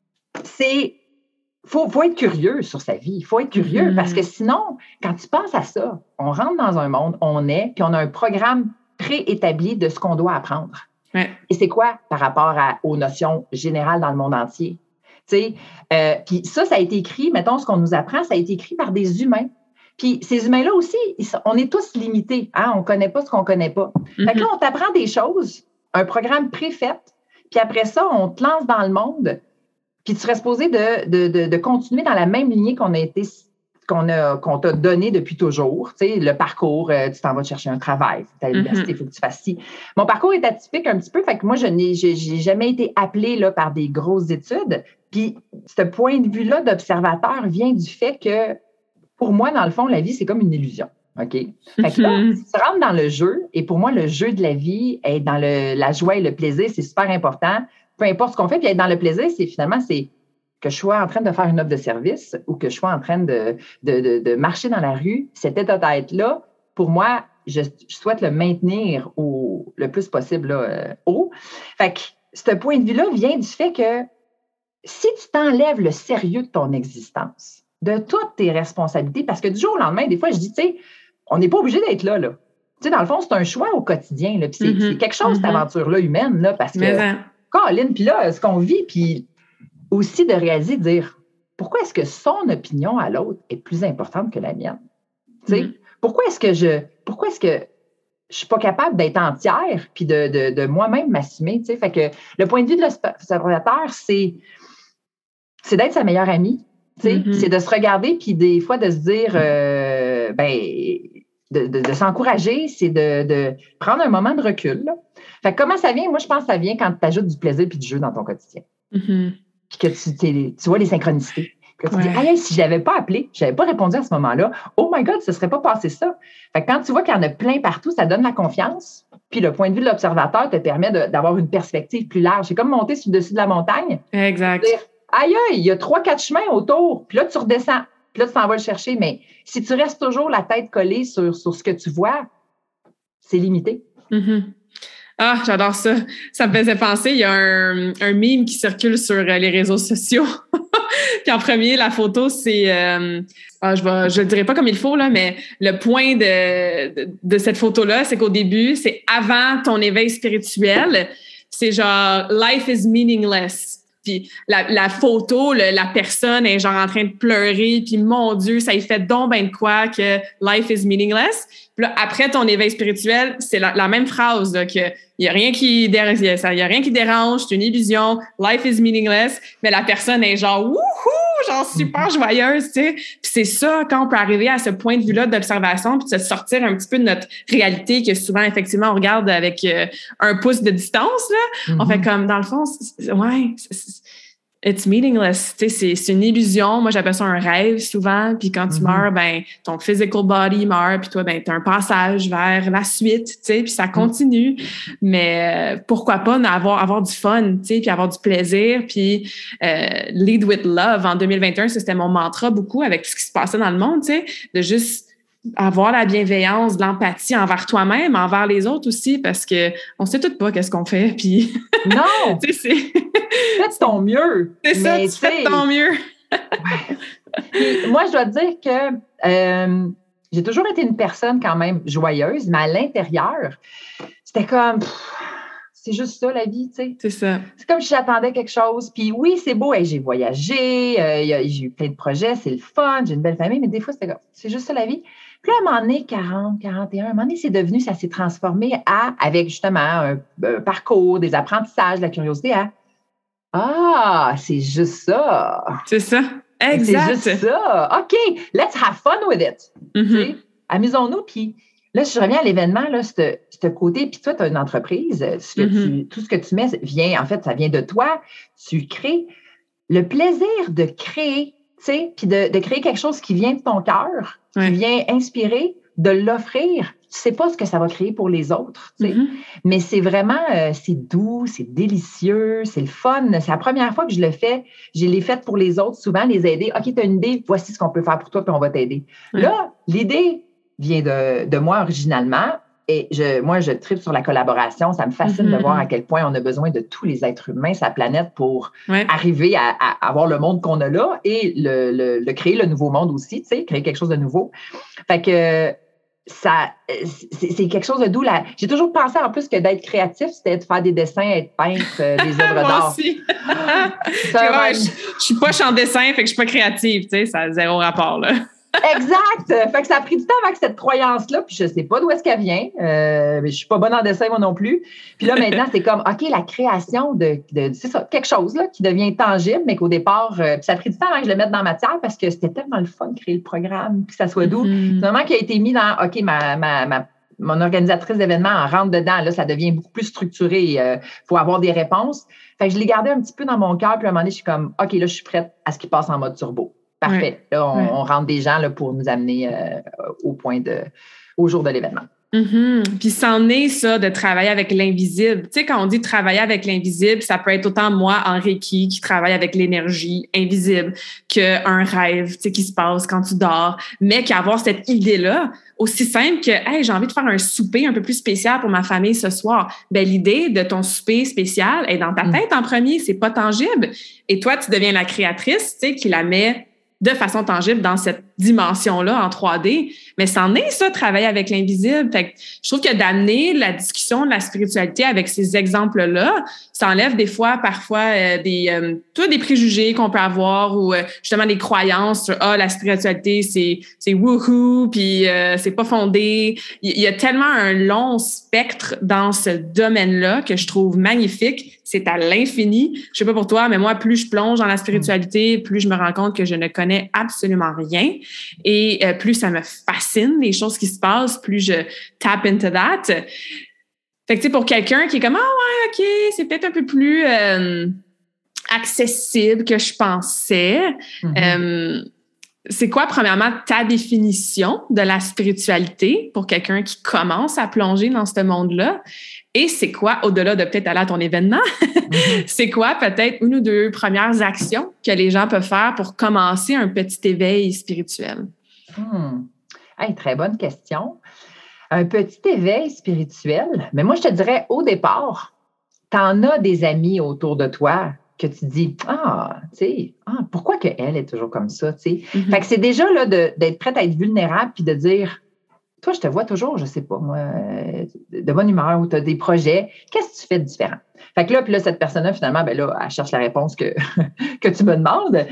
faut être curieux sur sa vie. Il faut être curieux parce que sinon, quand tu penses à ça, on rentre dans un monde, puis on a un programme préétabli de ce qu'on doit apprendre. Ouais. Et c'est quoi par rapport aux notions générales dans le monde entier? Puis ça a été écrit, mettons, ce qu'on nous apprend, ça a été écrit par des humains. Puis ces humains-là aussi, on est tous limités. Hein? On ne connaît pas ce qu'on ne connaît pas. Fait que là, on t'apprend des choses, un programme préfait, puis après ça, on te lance dans le monde, puis tu serais supposé de continuer dans la même lignée qu'on t'a donné depuis toujours. Tu sais, le parcours, tu t'en vas chercher un travail, tu es à l'université, il faut que tu fasses ci. Mon parcours est atypique un petit peu, fait que moi, j'ai jamais été appelée là, par des grosses études. Puis ce point de vue-là d'observateur vient du fait que pour moi, dans le fond, la vie, c'est comme une illusion. OK? Fait que là, tu rentres dans le jeu, et pour moi, le jeu de la vie, être dans la joie et le plaisir, c'est super important. Peu importe ce qu'on fait, puis être dans le plaisir, c'est que je sois en train de faire une offre de service ou que je sois en train de marcher dans la rue. Cet état d'être-là, pour moi, je souhaite le maintenir le plus possible là, haut. Fait que ce point de vue-là vient du fait que si tu t'enlèves le sérieux de ton existence, de toutes tes responsabilités, parce que du jour au lendemain, des fois, je dis, tu sais, on n'est pas obligé d'être là. Tu sais, dans le fond, c'est un choix au quotidien, là, puis c'est quelque chose, cette aventure-là humaine, là, parce que, Colin, puis là, ce qu'on vit, puis aussi de réaliser, de dire, pourquoi est-ce que son opinion à l'autre est plus importante que la mienne? Tu sais, pourquoi est-ce que je suis pas capable d'être entière, puis de moi-même m'assumer, tu sais? Fait que le point de vue de l'observateur, c'est d'être sa meilleure amie. C'est de se regarder, puis des fois de se dire, de s'encourager, c'est de prendre un moment de recul. Là. Fait que comment ça vient? Moi, je pense que ça vient quand tu ajoutes du plaisir puis du jeu dans ton quotidien. puis que tu vois les synchronicités. Puis là, tu dis, hey, si je l'avais pas appelé, je n'avais pas répondu à ce moment-là, oh my God, ce ne serait pas passé ça. Fait que quand tu vois qu'il y en a plein partout, ça donne la confiance. Puis le point de vue de l'observateur te permet d'avoir une perspective plus large. C'est comme monter sur le dessus de la montagne. Exact. Dire, aïe, il y a 3-4 chemins autour. Puis là, tu redescends. Puis là, tu t'en vas le chercher. Mais si tu restes toujours la tête collée sur ce que tu vois, c'est limité. Mm-hmm. Ah, j'adore ça. Ça me faisait penser, il y a un meme qui circule sur les réseaux sociaux. Puis en premier, la photo, c'est... je le dirai pas comme il faut, là, mais le point de cette photo-là, c'est qu'au début, c'est avant ton éveil spirituel. C'est genre « Life is meaningless ». Puis la photo, la personne est genre en train de pleurer, puis mon Dieu, ça y fait donc ben de quoi que « Life is meaningless ». Puis là, après ton éveil spirituel, c'est la même phrase, là, que il y a rien qui dérange, c'est une illusion, life is meaningless, mais la personne est genre wouhou, genre super joyeuse, tu sais. Puis c'est ça, quand on peut arriver à ce point de vue-là d'observation, puis de se sortir un petit peu de notre réalité que souvent, effectivement, on regarde avec un pouce de distance, là. On fait comme, dans le fond, it's meaningless, tu sais, c'est une illusion. Moi, j'appelle ça un rêve souvent. Puis quand tu meurs, ben ton physical body meurt, puis toi, ben t'as un passage vers la suite, tu sais, puis ça continue. Mais pourquoi pas avoir du fun, tu sais, puis avoir du plaisir, puis lead with love. En 2021, c'était mon mantra beaucoup avec tout ce qui se passait dans le monde, tu sais, de juste avoir la bienveillance, de l'empathie envers toi-même, envers les autres aussi, parce que on sait toutes pas qu'est-ce qu'on fait, puis non, tu sais, fais ton mieux. C'est ça, tu fais ton mieux. Ouais. Puis, moi, je dois te dire que j'ai toujours été une personne quand même joyeuse, mais à l'intérieur, c'était comme c'est juste ça la vie, tu sais. C'est ça. C'est comme si j'attendais quelque chose. Puis oui, c'est beau, hey, j'ai voyagé, j'ai eu plein de projets, c'est le fun, j'ai une belle famille, mais des fois, c'était comme c'est juste ça la vie. Puis là, à un moment donné, 40, 41, à un moment donné, ça s'est transformé avec justement un parcours, des apprentissages, de la curiosité, c'est juste ça. C'est ça. Exact. C'est juste ça. OK, let's have fun with it. Mm-hmm. Amusons-nous. Puis là, je reviens à l'événement, là, ce côté. Puis toi, tu as une entreprise. Tout ce que tu mets vient, en fait, ça vient de toi. Tu crées le plaisir de créer, tu sais, puis de créer quelque chose qui vient de ton cœur, qui vient inspirer, de l'offrir. Tu sais pas ce que ça va créer pour les autres, tu sais. Mais c'est vraiment, c'est doux, c'est délicieux, c'est le fun. C'est la première fois que je le fais. Je l'ai fait pour les autres, souvent les aider. OK, tu as une idée, voici ce qu'on peut faire pour toi, puis on va t'aider. Là, l'idée vient de moi originalement. Et moi, je tripe sur la collaboration. Ça me fascine de voir à quel point on a besoin de tous les êtres humains sur la planète pour arriver à avoir le monde qu'on a là et le créer, le nouveau monde aussi, tu sais, créer quelque chose de nouveau. Fait que c'est quelque chose de doux. J'ai toujours pensé en plus que d'être créatif, c'était de faire des dessins, être peintre, des œuvres d'art. Moi aussi. Je suis poche en dessin, fait que je suis pas créative, tu sais, ça a zéro rapport, là. Exact! Fait que ça a pris du temps avec cette croyance-là, puis je sais pas d'où est-ce qu'elle vient, mais je suis pas bonne en dessin, moi non plus. Puis là, maintenant, c'est comme, OK, la création de c'est ça, quelque chose là, qui devient tangible, mais qu'au départ, puis ça a pris du temps avant que je le mette dans la matière parce que c'était tellement le fun de créer le programme, que ça soit doux. C'est un moment qui a été mis dans, OK, mon organisatrice d'événements en rentre dedans, là, ça devient beaucoup plus structuré. Il faut avoir des réponses. Fait que je l'ai gardé un petit peu dans mon cœur, puis à un moment donné, je suis comme, OK, là, je suis prête à ce qui passe en mode turbo. Parfait. Là, on rentre des gens là, pour nous amener au jour de l'événement. Puis c'en est ça, de travailler avec l'invisible. Tu sais, quand on dit travailler avec l'invisible, ça peut être autant moi en Reiki qui travaille avec l'énergie invisible qu'un rêve, tu sais, qui se passe quand tu dors, mais qu'avoir cette idée-là, aussi simple que, hey, j'ai envie de faire un souper un peu plus spécial pour ma famille ce soir. Ben, l'idée de ton souper spécial est dans ta tête en premier, c'est pas tangible. Et toi, tu deviens la créatrice, tu sais, qui la met de façon tangible dans cette dimension-là en 3D. Mais c'en est ça, travailler avec l'invisible. Fait que je trouve que d'amener la discussion de la spiritualité avec ces exemples-là, ça enlève des fois, parfois, des préjugés qu'on peut avoir ou justement des croyances sur la spiritualité, c'est wouhou, puis c'est pas fondé. Il y a tellement un long spectre dans ce domaine-là que je trouve magnifique. C'est à l'infini. Je sais pas pour toi, mais moi, plus je plonge dans la spiritualité, plus je me rends compte que je ne connais absolument rien. Et plus ça me fascine, les choses qui se passent, plus je tap into that. Fait que, tu sais, pour quelqu'un qui est comme, OK, c'est peut-être un peu plus accessible que je pensais. C'est quoi, premièrement, ta définition de la spiritualité pour quelqu'un qui commence à plonger dans ce monde-là? Et c'est quoi, au-delà de peut-être aller à ton événement, c'est quoi peut-être une ou deux premières actions que les gens peuvent faire pour commencer un petit éveil spirituel? Hey, très bonne question. Un petit éveil spirituel, mais moi, je te dirais, au départ, tu en as des amis autour de toi que tu dis, pourquoi qu'elle est toujours comme ça, tu sais? Fait que c'est déjà là d'être prête à être vulnérable puis de dire, toi, je te vois toujours, je sais pas, moi, de bonne humeur ou tu as des projets, qu'est-ce que tu fais de différent? Fait que là, puis là, cette personne-là, finalement, ben là, elle cherche la réponse que tu me demandes.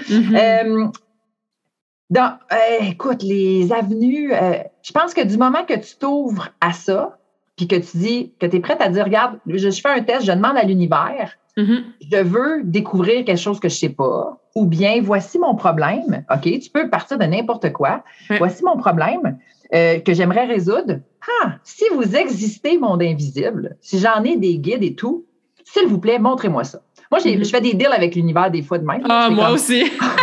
Écoute, les avenues, je pense que du moment que tu t'ouvres à ça, puis que tu dis que tu es prête à dire, regarde, je fais un test, je demande à l'univers, je veux découvrir quelque chose que je ne sais pas, ou bien voici mon problème. OK, tu peux partir de n'importe quoi. Voici mon problème que j'aimerais résoudre. Si vous existez, monde invisible, si j'en ai des guides et tout, s'il vous plaît, montrez-moi ça. Moi, je fais des deals avec l'univers des fois de même. Moi aussi.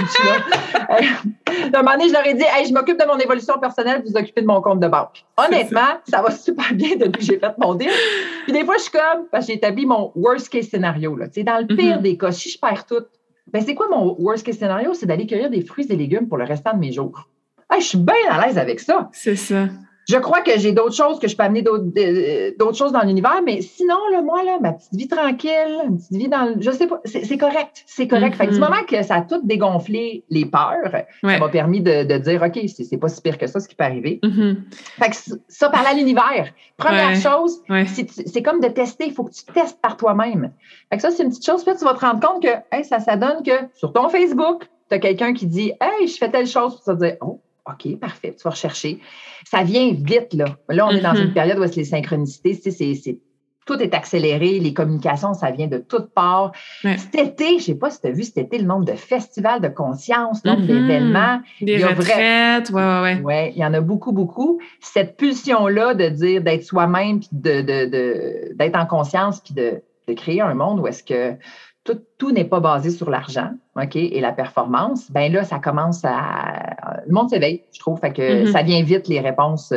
Un moment donné, je leur ai dit, hey, je m'occupe de mon évolution personnelle, vous occupez de mon compte de banque. Honnêtement, ça va super bien depuis que j'ai fait mon deal. Puis des fois, je suis comme, parce que j'ai établi mon worst case scénario. Là. Dans le pire des cas, si je perds tout, c'est quoi mon worst case scénario? C'est d'aller cueillir des fruits et légumes pour le restant de mes jours. Hey, je suis bien à l'aise avec ça. C'est ça. Je crois que j'ai d'autres choses, que je peux amener d'autres choses dans l'univers, mais sinon, là, moi, là, ma petite vie tranquille, une petite vie dans je sais pas, c'est correct. C'est correct. Fait que du moment que ça a tout dégonflé les peurs, ça m'a permis de dire, OK, c'est pas si pire que ça, ce qui peut arriver. Fait que ça, parler à l'univers. Première chose, c'est comme de tester. Il faut que tu testes par toi-même. Fait que ça, c'est une petite chose. Puis là, tu vas te rendre compte que, ça donne que sur ton Facebook, tu as quelqu'un qui dit, hey, je fais telle chose, pour te dire, oh, OK, parfait, tu vas rechercher. Ça vient vite, là. Là, on est dans une période où les synchronicités, tout est accéléré, les communications, ça vient de toutes parts. Cet été, je ne sais pas si tu as vu cet été, le nombre de festivals de conscience, le nombre d'événements. Des retraites, Oui, il y en a beaucoup, beaucoup. Cette pulsion-là de dire, d'être soi-même, puis d'être en conscience, puis de créer un monde où est-ce que tout n'est pas basé sur l'argent, OK, et la performance, bien là, ça commence le monde s'éveille, je trouve. Fait que ça vient vite, les réponses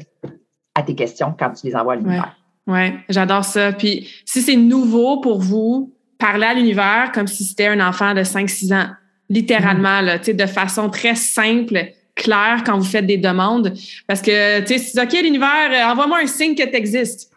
à tes questions quand tu les envoies à l'univers. Oui, j'adore ça. Puis si c'est nouveau pour vous, parler à l'univers comme si c'était un enfant de 5-6 ans, littéralement, là, de façon très simple, claire quand vous faites des demandes. Parce que, tu sais, si OK, l'univers, envoie-moi un signe que tu existes.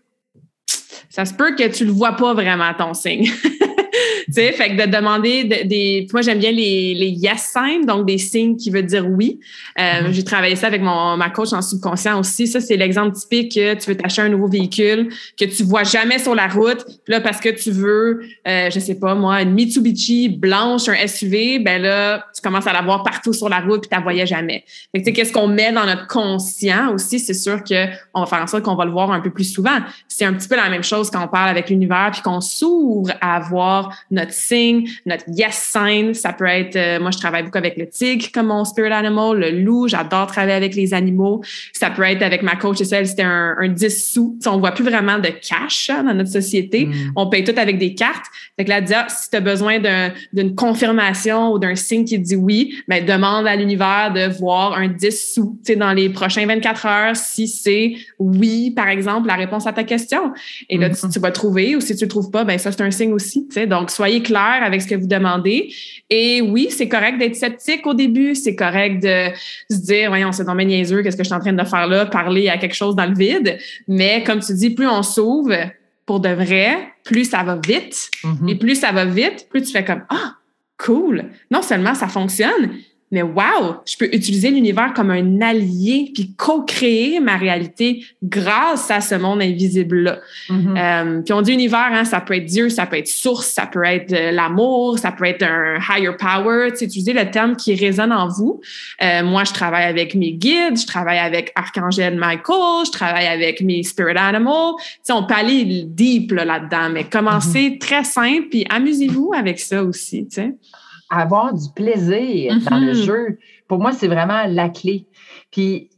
Ça se peut que tu le vois pas vraiment, ton signe. Tu sais, fait que de demander des... Moi, j'aime bien les yes signs, donc des signes qui veulent dire oui. J'ai travaillé ça avec ma coach en subconscient aussi. Ça, c'est l'exemple typique que tu veux t'acheter un nouveau véhicule que tu vois jamais sur la route. Puis là, parce que tu veux, je sais pas moi, une Mitsubishi blanche, un SUV, ben là, tu commences à la voir partout sur la route puis tu la voyais jamais. Fait que tu sais, qu'est-ce qu'on met dans notre conscient aussi, c'est sûr que on va faire en sorte qu'on va le voir un peu plus souvent. C'est un petit peu la même chose quand on parle avec l'univers puis qu'on s'ouvre à voir notre signe, notre yes sign. Ça peut être, moi, je travaille beaucoup avec le tigre comme mon spirit animal, le loup. J'adore travailler avec les animaux. Ça peut être avec ma coach, c'était un 10 sous. T'sais, on voit plus vraiment de cash dans notre société. On paye tout avec des cartes. Fait que là, dire, si tu as besoin d'une confirmation ou d'un signe qui dit oui, ben, demande à l'univers de voir un 10 sous, dans les prochains 24 heures, si c'est oui, par exemple, la réponse à ta question. Et là, tu vas trouver, ou si tu le trouves pas, ben, ça, c'est un signe aussi, Donc, soyez clair avec ce que vous demandez. Et oui, c'est correct d'être sceptique au début. C'est correct de se dire, voyons, c'est dommage niaiseux, qu'est-ce que je suis en train de faire là, parler à quelque chose dans le vide. Mais comme tu dis, plus on s'ouvre pour de vrai, plus ça va vite. Et plus ça va vite, plus tu fais comme, cool. Non seulement ça fonctionne, mais wow, je peux utiliser l'univers comme un allié puis co-créer ma réalité grâce à ce monde invisible-là. Puis on dit univers, ça peut être Dieu, ça peut être source, ça peut être l'amour, ça peut être un higher power. Tu sais, utiliser le terme qui résonne en vous. Moi, je travaille avec mes guides, je travaille avec Archangel Michael, je travaille avec mes spirit animals. Tu sais, on peut aller deep là-dedans, mais commencez très simple puis amusez-vous avec ça aussi, tu sais. Avoir du plaisir dans le jeu, pour moi, c'est vraiment la clé. Puis,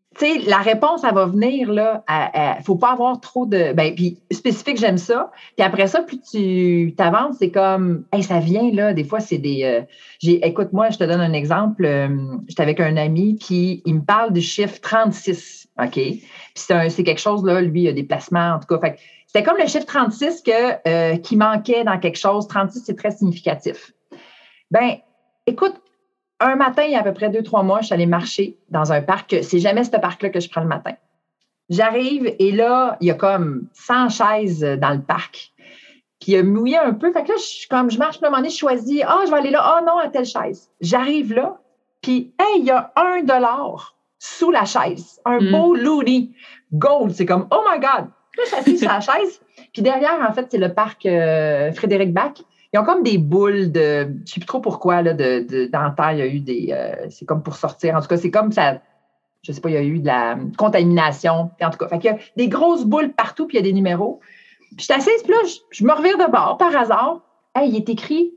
tu sais, la réponse, elle va venir, là, faut pas avoir trop de, puis spécifique, j'aime ça. Puis après ça, plus tu t'avances, c'est comme, hey, ça vient, là, des fois, c'est des, écoute, moi, je te donne un exemple, j'étais avec un ami, puis il me parle du chiffre 36, OK? Puis c'est quelque chose, là, lui, il a des placements, en tout cas, fait que c'était comme le chiffre 36 qui manquait dans quelque chose. 36, c'est très significatif. Ben, écoute, un matin, il y a à peu près 2-3 mois, je suis allée marcher dans un parc. C'est jamais ce parc-là que je prends le matin. J'arrive et là, il y a comme 100 chaises dans le parc. Puis il a mouillé un peu. Fait que là, je marche, puis à un moment donné, je choisis, je vais aller là. Oh non, à telle chaise. J'arrive là, puis hey, il y a $1 sous la chaise. Un beau Looney Gold. C'est comme, oh my God. Là, je suis assise sur la chaise. Puis derrière, en fait, c'est le parc Frédéric Bach. Ils ont comme des boules de, je ne sais plus trop pourquoi, là, dentaire, il y a eu des, c'est comme pour sortir. En tout cas, c'est comme ça, je ne sais pas, il y a eu de la contamination. En tout cas, fait qu'il y a des grosses boules partout, puis il y a des numéros. Puis je suis assise, puis là, je me revire de bord, par hasard. Hey, il est écrit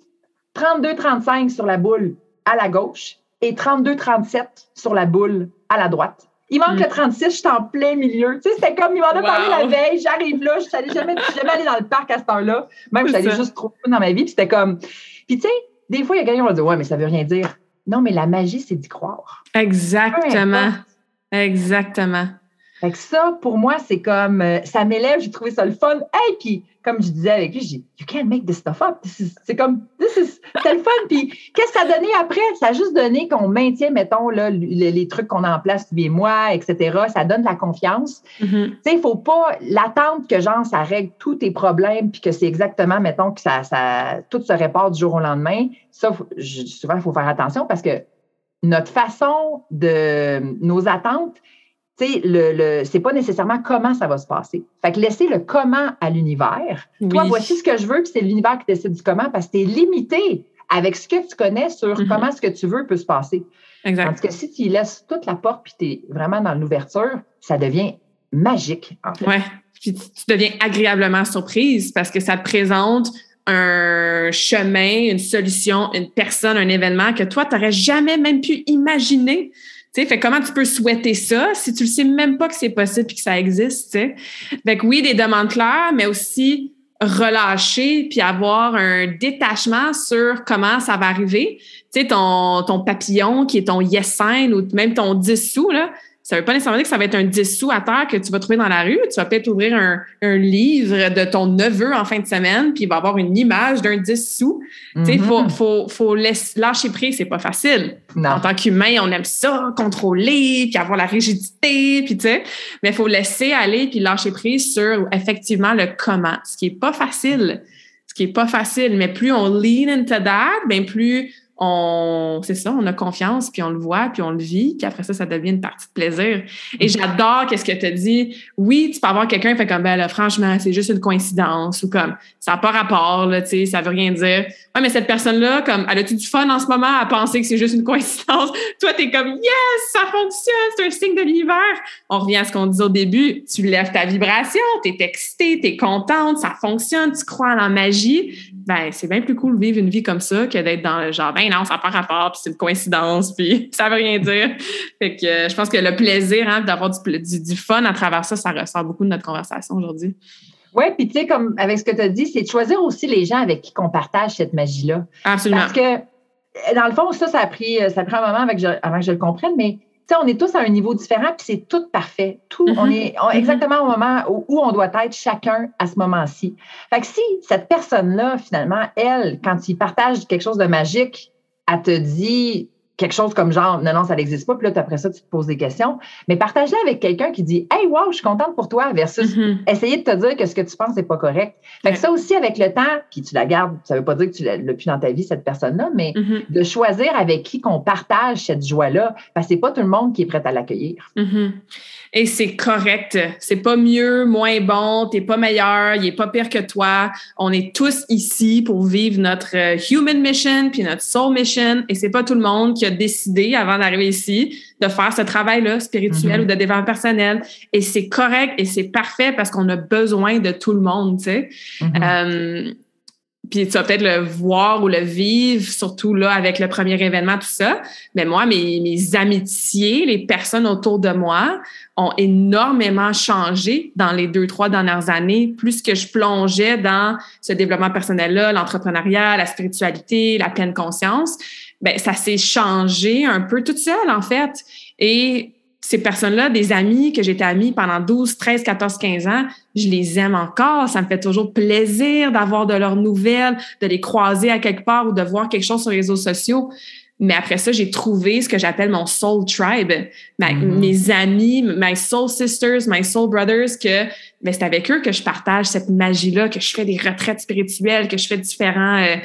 32-35 sur la boule à la gauche et 32-37 sur la boule à la droite. Il manque le 36, je suis en plein milieu. Tu sais, c'était comme, il m'en a parlé la veille, j'arrive là, je suis jamais allée dans le parc à cette heure-là. Même, je suis allée juste trop peu dans ma vie, puis c'était comme... Puis tu sais, des fois, il y a quelqu'un qui va dire, ouais, mais ça veut rien dire. Non, mais la magie, c'est d'y croire. Exactement. Exactement. Fait que ça, pour moi, c'est comme, ça m'élève, j'ai trouvé ça le fun. Hey, puis comme je disais avec lui, j'ai dit, you can't make this stuff up. C'est le fun. Puis qu'est-ce que ça a donné après? Ça a juste donné qu'on maintient, mettons, là, les trucs qu'on a en place, lui et moi, etc. Ça donne de la confiance. Tu sais, il ne faut pas l'attendre que, genre, ça règle tous tes problèmes puis que c'est exactement, mettons, que ça tout se répare du jour au lendemain. Ça, souvent, il faut faire attention parce que notre façon nos attentes, tu sais, c'est pas nécessairement comment ça va se passer. Fait que laisser le comment à l'univers. Oui. Toi, voici ce que je veux, puis c'est l'univers qui décide du comment parce que tu es limité avec ce que tu connais sur comment ce que tu veux peut se passer. Exact. Tandis que si tu laisses toute la porte puis tu es vraiment dans l'ouverture, ça devient magique, en fait. Oui, puis tu deviens agréablement surprise parce que ça te présente un chemin, une solution, une personne, un événement que toi, tu n'aurais jamais même pu imaginer. Tu sais, fait comment tu peux souhaiter ça si tu ne sais même pas que c'est possible et que ça existe, tu sais? Fait que oui, des demandes claires, mais aussi relâcher puis avoir un détachement sur comment ça va arriver. Tu sais, ton papillon qui est ton yes sign ou même ton 10 sous, là, ça veut pas nécessairement dire que ça va être un 10 sous à terre que tu vas trouver dans la rue. Tu vas peut-être ouvrir un livre de ton neveu en fin de semaine, puis il va avoir une image d'un 10 sous. Tu sais, faut lâcher prise, c'est pas facile. Non. En tant qu'humain, on aime ça, contrôler, puis avoir la rigidité, puis tu sais, mais il faut laisser aller puis lâcher prise sur effectivement le comment, ce qui est pas facile. Mais plus on lean into that, bien plus c'est ça, on a confiance, puis on le voit, puis on le vit, puis après ça devient une partie de plaisir. Et j'adore qu'est-ce que tu as dit. Oui, tu peux avoir quelqu'un qui fait comme, ben là, franchement, c'est juste une coïncidence, ou comme, ça n'a pas rapport, là, tu sais, ça veut rien dire. Ouais, mais cette personne-là, comme, elle a-tu du fun en ce moment à penser que c'est juste une coïncidence? Toi, t'es comme, yes, ça fonctionne, c'est un signe de l'univers. On revient à ce qu'on disait au début, tu lèves ta vibration, t'es excitée, t'es contente, ça fonctionne, tu crois en la magie. Ben, c'est bien plus cool de vivre une vie comme ça que d'être dans le genre, ben non, ça n'a pas rapport, puis c'est une coïncidence, puis ça veut rien dire. Fait que je pense que le plaisir d'avoir du fun à travers ça ressort beaucoup de notre conversation aujourd'hui. Oui, puis tu sais, comme avec ce que tu as dit, c'est de choisir aussi les gens avec qui on partage cette magie-là. Absolument. Parce que, dans le fond, ça a pris un moment avant que je le comprenne, mais tu sais, on est tous à un niveau différent, puis c'est tout parfait. On est exactement au moment où on doit être chacun à ce moment-ci. Fait que si cette personne-là, finalement, elle, quand il partage quelque chose de magique, elle te dit quelque chose comme genre, non, ça n'existe pas, puis là, après ça, tu te poses des questions. Mais partage-la avec quelqu'un qui dit, hey, wow, je suis contente pour toi, versus essayer de te dire que ce que tu penses n'est pas correct. Fait que ça aussi, avec le temps, puis tu la gardes, ça ne veut pas dire que tu l'as plus dans ta vie, cette personne-là, mais de choisir avec qui qu'on partage cette joie-là, parce que c'est pas tout le monde qui est prêt à l'accueillir. Et c'est correct. C'est pas mieux, moins bon, t'es pas meilleur, il est pas pire que toi. On est tous ici pour vivre notre human mission puis notre soul mission, et c'est pas tout le monde qui a décidé avant d'arriver ici de faire ce travail-là spirituel ou de développement personnel. Et c'est correct et c'est parfait parce qu'on a besoin de tout le monde, tu sais. puis tu vas peut-être le voir ou le vivre, surtout là avec le premier événement, tout ça. Mais moi, mes amitiés, les personnes autour de moi ont énormément changé dans les 2-3 dernières années, plus que je plongeais dans ce développement personnel-là, l'entrepreneuriat, la spiritualité, la pleine conscience. Ben ça s'est changé un peu toute seule, en fait. Et ces personnes-là, des amis que j'étais amie pendant 12, 13, 14, 15 ans, je les aime encore. Ça me fait toujours plaisir d'avoir de leurs nouvelles, de les croiser à quelque part ou de voir quelque chose sur les réseaux sociaux. Mais après ça, j'ai trouvé ce que j'appelle mon soul tribe. Mes amis, my soul sisters, my soul brothers, que c'est avec eux que je partage cette magie-là, que je fais des retraites spirituelles, que je fais différentes,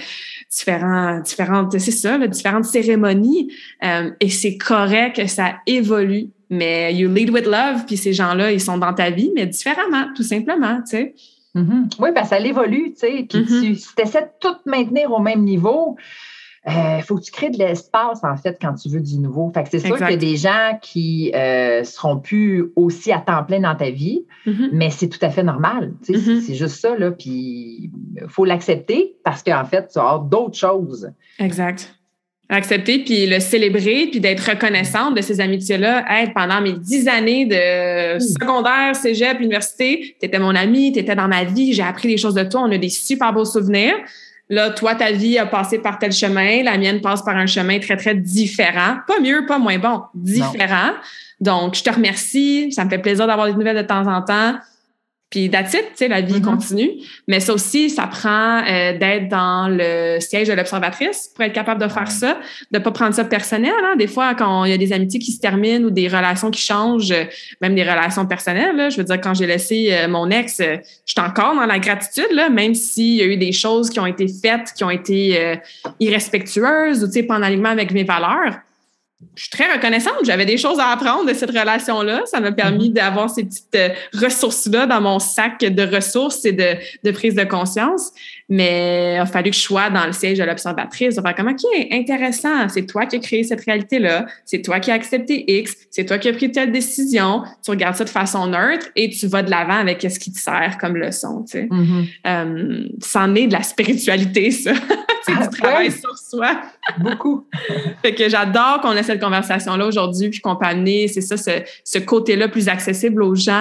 c'est ça, différentes cérémonies. Et c'est correct que ça évolue. Mais you lead with love, puis ces gens-là, ils sont dans ta vie, mais différemment, tout simplement, tu sais. Mm-hmm. Oui, parce que ça évolue, tu sais. Puis si tu essaies de tout maintenir au même niveau, il faut que tu crées de l'espace, en fait, quand tu veux du nouveau. Fait que c'est sûr qu'il y a des gens qui seront plus aussi à temps plein dans ta vie, mais c'est tout à fait normal. Tu sais, c'est juste ça, là. Puis il faut l'accepter parce qu'en fait, tu as d'autres choses. Exact. Accepter, puis le célébrer, puis d'être reconnaissante de ces amitiés-là. Hey, pendant mes 10 années de secondaire, cégep, université, t'étais mon ami, t'étais dans ma vie, j'ai appris des choses de toi, on a des super beaux souvenirs. Là, toi, ta vie a passé par tel chemin, la mienne passe par un chemin très, très différent. Pas mieux, pas moins bon, différent. Non. Donc, je te remercie, ça me fait plaisir d'avoir des nouvelles de temps en temps. Puis that's it, tu sais, la vie continue. Mais ça aussi, ça prend d'être dans le siège de l'observatrice pour être capable de faire ça, de pas prendre ça personnel. Hein. Des fois, quand il y a des amitiés qui se terminent ou des relations qui changent, même des relations personnelles, là, je veux dire, quand j'ai laissé mon ex, je suis encore dans la gratitude, là, même s'il y a eu des choses qui ont été faites, qui ont été irrespectueuses ou, tu sais, pas en alignement avec mes valeurs. Je suis très reconnaissante. J'avais des choses à apprendre de cette relation-là. Ça m'a permis d'avoir ces petites ressources-là dans mon sac de ressources et de prise de conscience. Mais il a fallu que je sois dans le siège de l'observatrice. De faire comme, OK, intéressant. C'est toi qui as créé cette réalité-là. C'est toi qui as accepté X. C'est toi qui as pris telle décision. Tu regardes ça de façon neutre et tu vas de l'avant avec ce qui te sert comme leçon. Tu sais. C'en est de la spiritualité, ça. C'est du travail sur soi. Beaucoup. Fait que j'adore qu'on ait cette conversation-là aujourd'hui puis qu'on peut amener, c'est ça, ce côté-là plus accessible aux gens.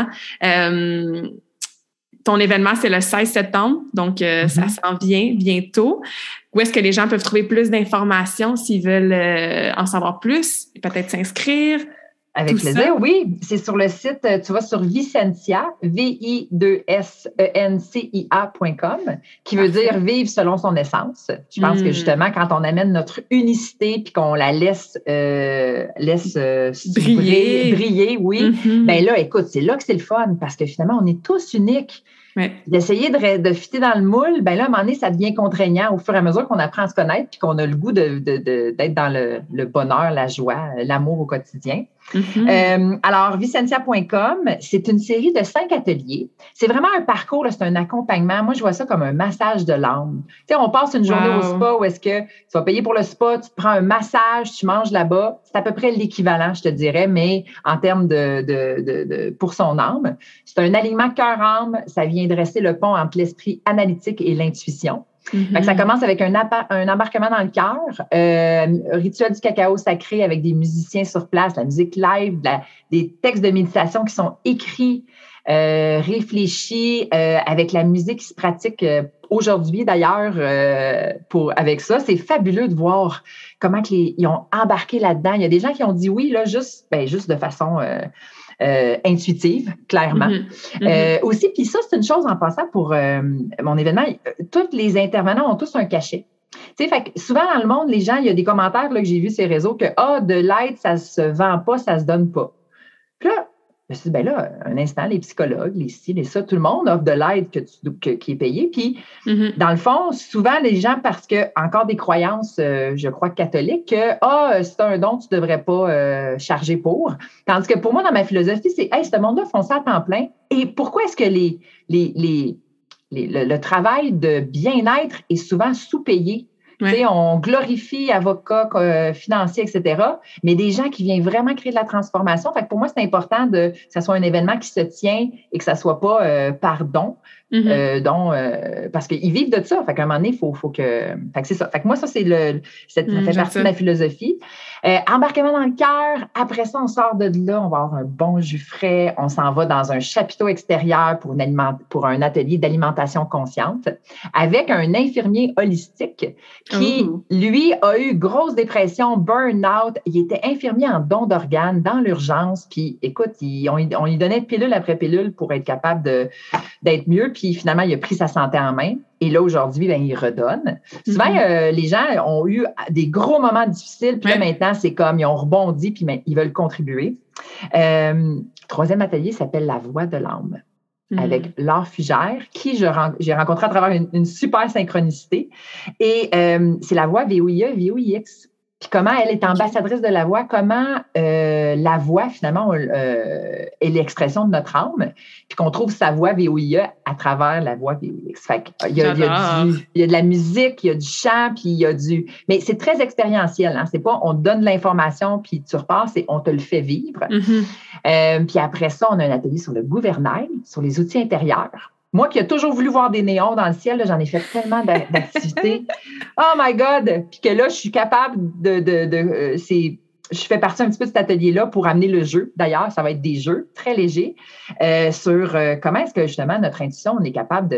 Ton événement, c'est le 16 septembre, donc ça s'en vient bientôt. Où est-ce que les gens peuvent trouver plus d'informations s'ils veulent en savoir plus et peut-être s'inscrire? Avec plaisir, ça. Oui. C'est sur le site, tu vas sur Vicentia, VI2SENCIA.com, qui veut dire vivre selon son essence. Je pense que justement, quand on amène notre unicité puis qu'on la laisse briller, oui, ben là, écoute, c'est là que c'est le fun parce que finalement, on est tous uniques. Ouais. D'essayer de fitter dans le moule, ben là, à un moment donné, ça devient contraignant au fur et à mesure qu'on apprend à se connaître puis qu'on a le goût d'être dans le bonheur, la joie, l'amour au quotidien. Alors, Vicentia.com, c'est une série de 5 ateliers. C'est vraiment un parcours, là, c'est un accompagnement. Moi, je vois ça comme un massage de l'âme. Tu sais, on passe une journée au spa où est-ce que tu vas payer pour le spa, tu te prends un massage, tu manges là-bas. C'est à peu près l'équivalent, je te dirais, mais en termes pour son âme. C'est un alignement cœur-âme. Ça vient dresser le pont entre l'esprit analytique et l'intuition. Fait que ça commence avec un embarquement dans le cœur, rituel du cacao sacré avec des musiciens sur place, la musique live, des textes de méditation qui sont écrits, réfléchis, avec la musique qui se pratique aujourd'hui d'ailleurs avec ça. C'est fabuleux de voir comment ils ont embarqué là-dedans. Il y a des gens qui ont dit oui, là, juste de façon intuitive, clairement. Aussi, puis ça, c'est une chose en passant pour mon événement, tous les intervenants ont tous un cachet. Tu sais, fait que souvent dans le monde, les gens, il y a des commentaires là, que j'ai vus sur les réseaux que de l'aide, ça se vend pas, ça se donne pas. Puis là, je me suis dit, ben là, un instant, les psychologues, les ci, les ça, tout le monde offre de l'aide qui est payée. Puis, dans le fond, souvent, les gens, parce que encore des croyances, je crois, catholiques, que c'est un don, tu ne devrais pas charger pour. Tandis que pour moi, dans ma philosophie, c'est, hey, ce monde-là font ça à temps plein. Et pourquoi est-ce que le travail de bien-être est souvent sous-payé? Ouais. Tu sais, on glorifie avocats, financiers, etc., mais des gens qui viennent vraiment créer de la transformation. Fait que pour moi, c'est important que ça soit un événement qui se tient et que ça soit pas par don. parce qu'ils vivent de ça. Fait qu'à un moment donné, il faut que... Fait que c'est ça. Fait que moi, ça, ça fait partie de ma philosophie. Embarquement dans le cœur. Après ça, on sort de là, on va avoir un bon jus frais. On s'en va dans un chapiteau extérieur pour un atelier d'alimentation consciente avec un infirmier holistique qui, lui, a eu grosse dépression, burn-out. Il était infirmier en don d'organes dans l'urgence. Puis, écoute, on lui donnait pilule après pilule pour être capable d'être mieux. Puis, finalement, il a pris sa santé en main. Et là, aujourd'hui, il redonne. Souvent, les gens ont eu des gros moments difficiles. Puis là, maintenant, c'est comme ils ont rebondi puis ils veulent contribuer. Troisième atelier s'appelle La Voix de l'âme avec Laure Fugère, qui j'ai rencontré à travers une super synchronicité. Et c'est la voix VOIE, VOIX. Puis comment elle est ambassadrice de la voix, comment la voix, finalement, est l'expression de notre âme, puis qu'on trouve sa voix VOIE à travers la voix VOIX. Fait qu'il y a de la musique, il y a du chant, puis il y a du... Mais c'est très expérientiel, hein? C'est pas on te donne de l'information, puis tu repars, c'est on te le fait vivre. Puis après ça, on a un atelier sur le gouvernail, sur les outils intérieurs. Moi qui ai toujours voulu voir des néons dans le ciel, là, j'en ai fait tellement d'activités. Oh my God! Puis que là, je suis capable je fais partie un petit peu de cet atelier-là pour amener le jeu. D'ailleurs, ça va être des jeux très légers sur comment est-ce que justement notre intuition, on est capable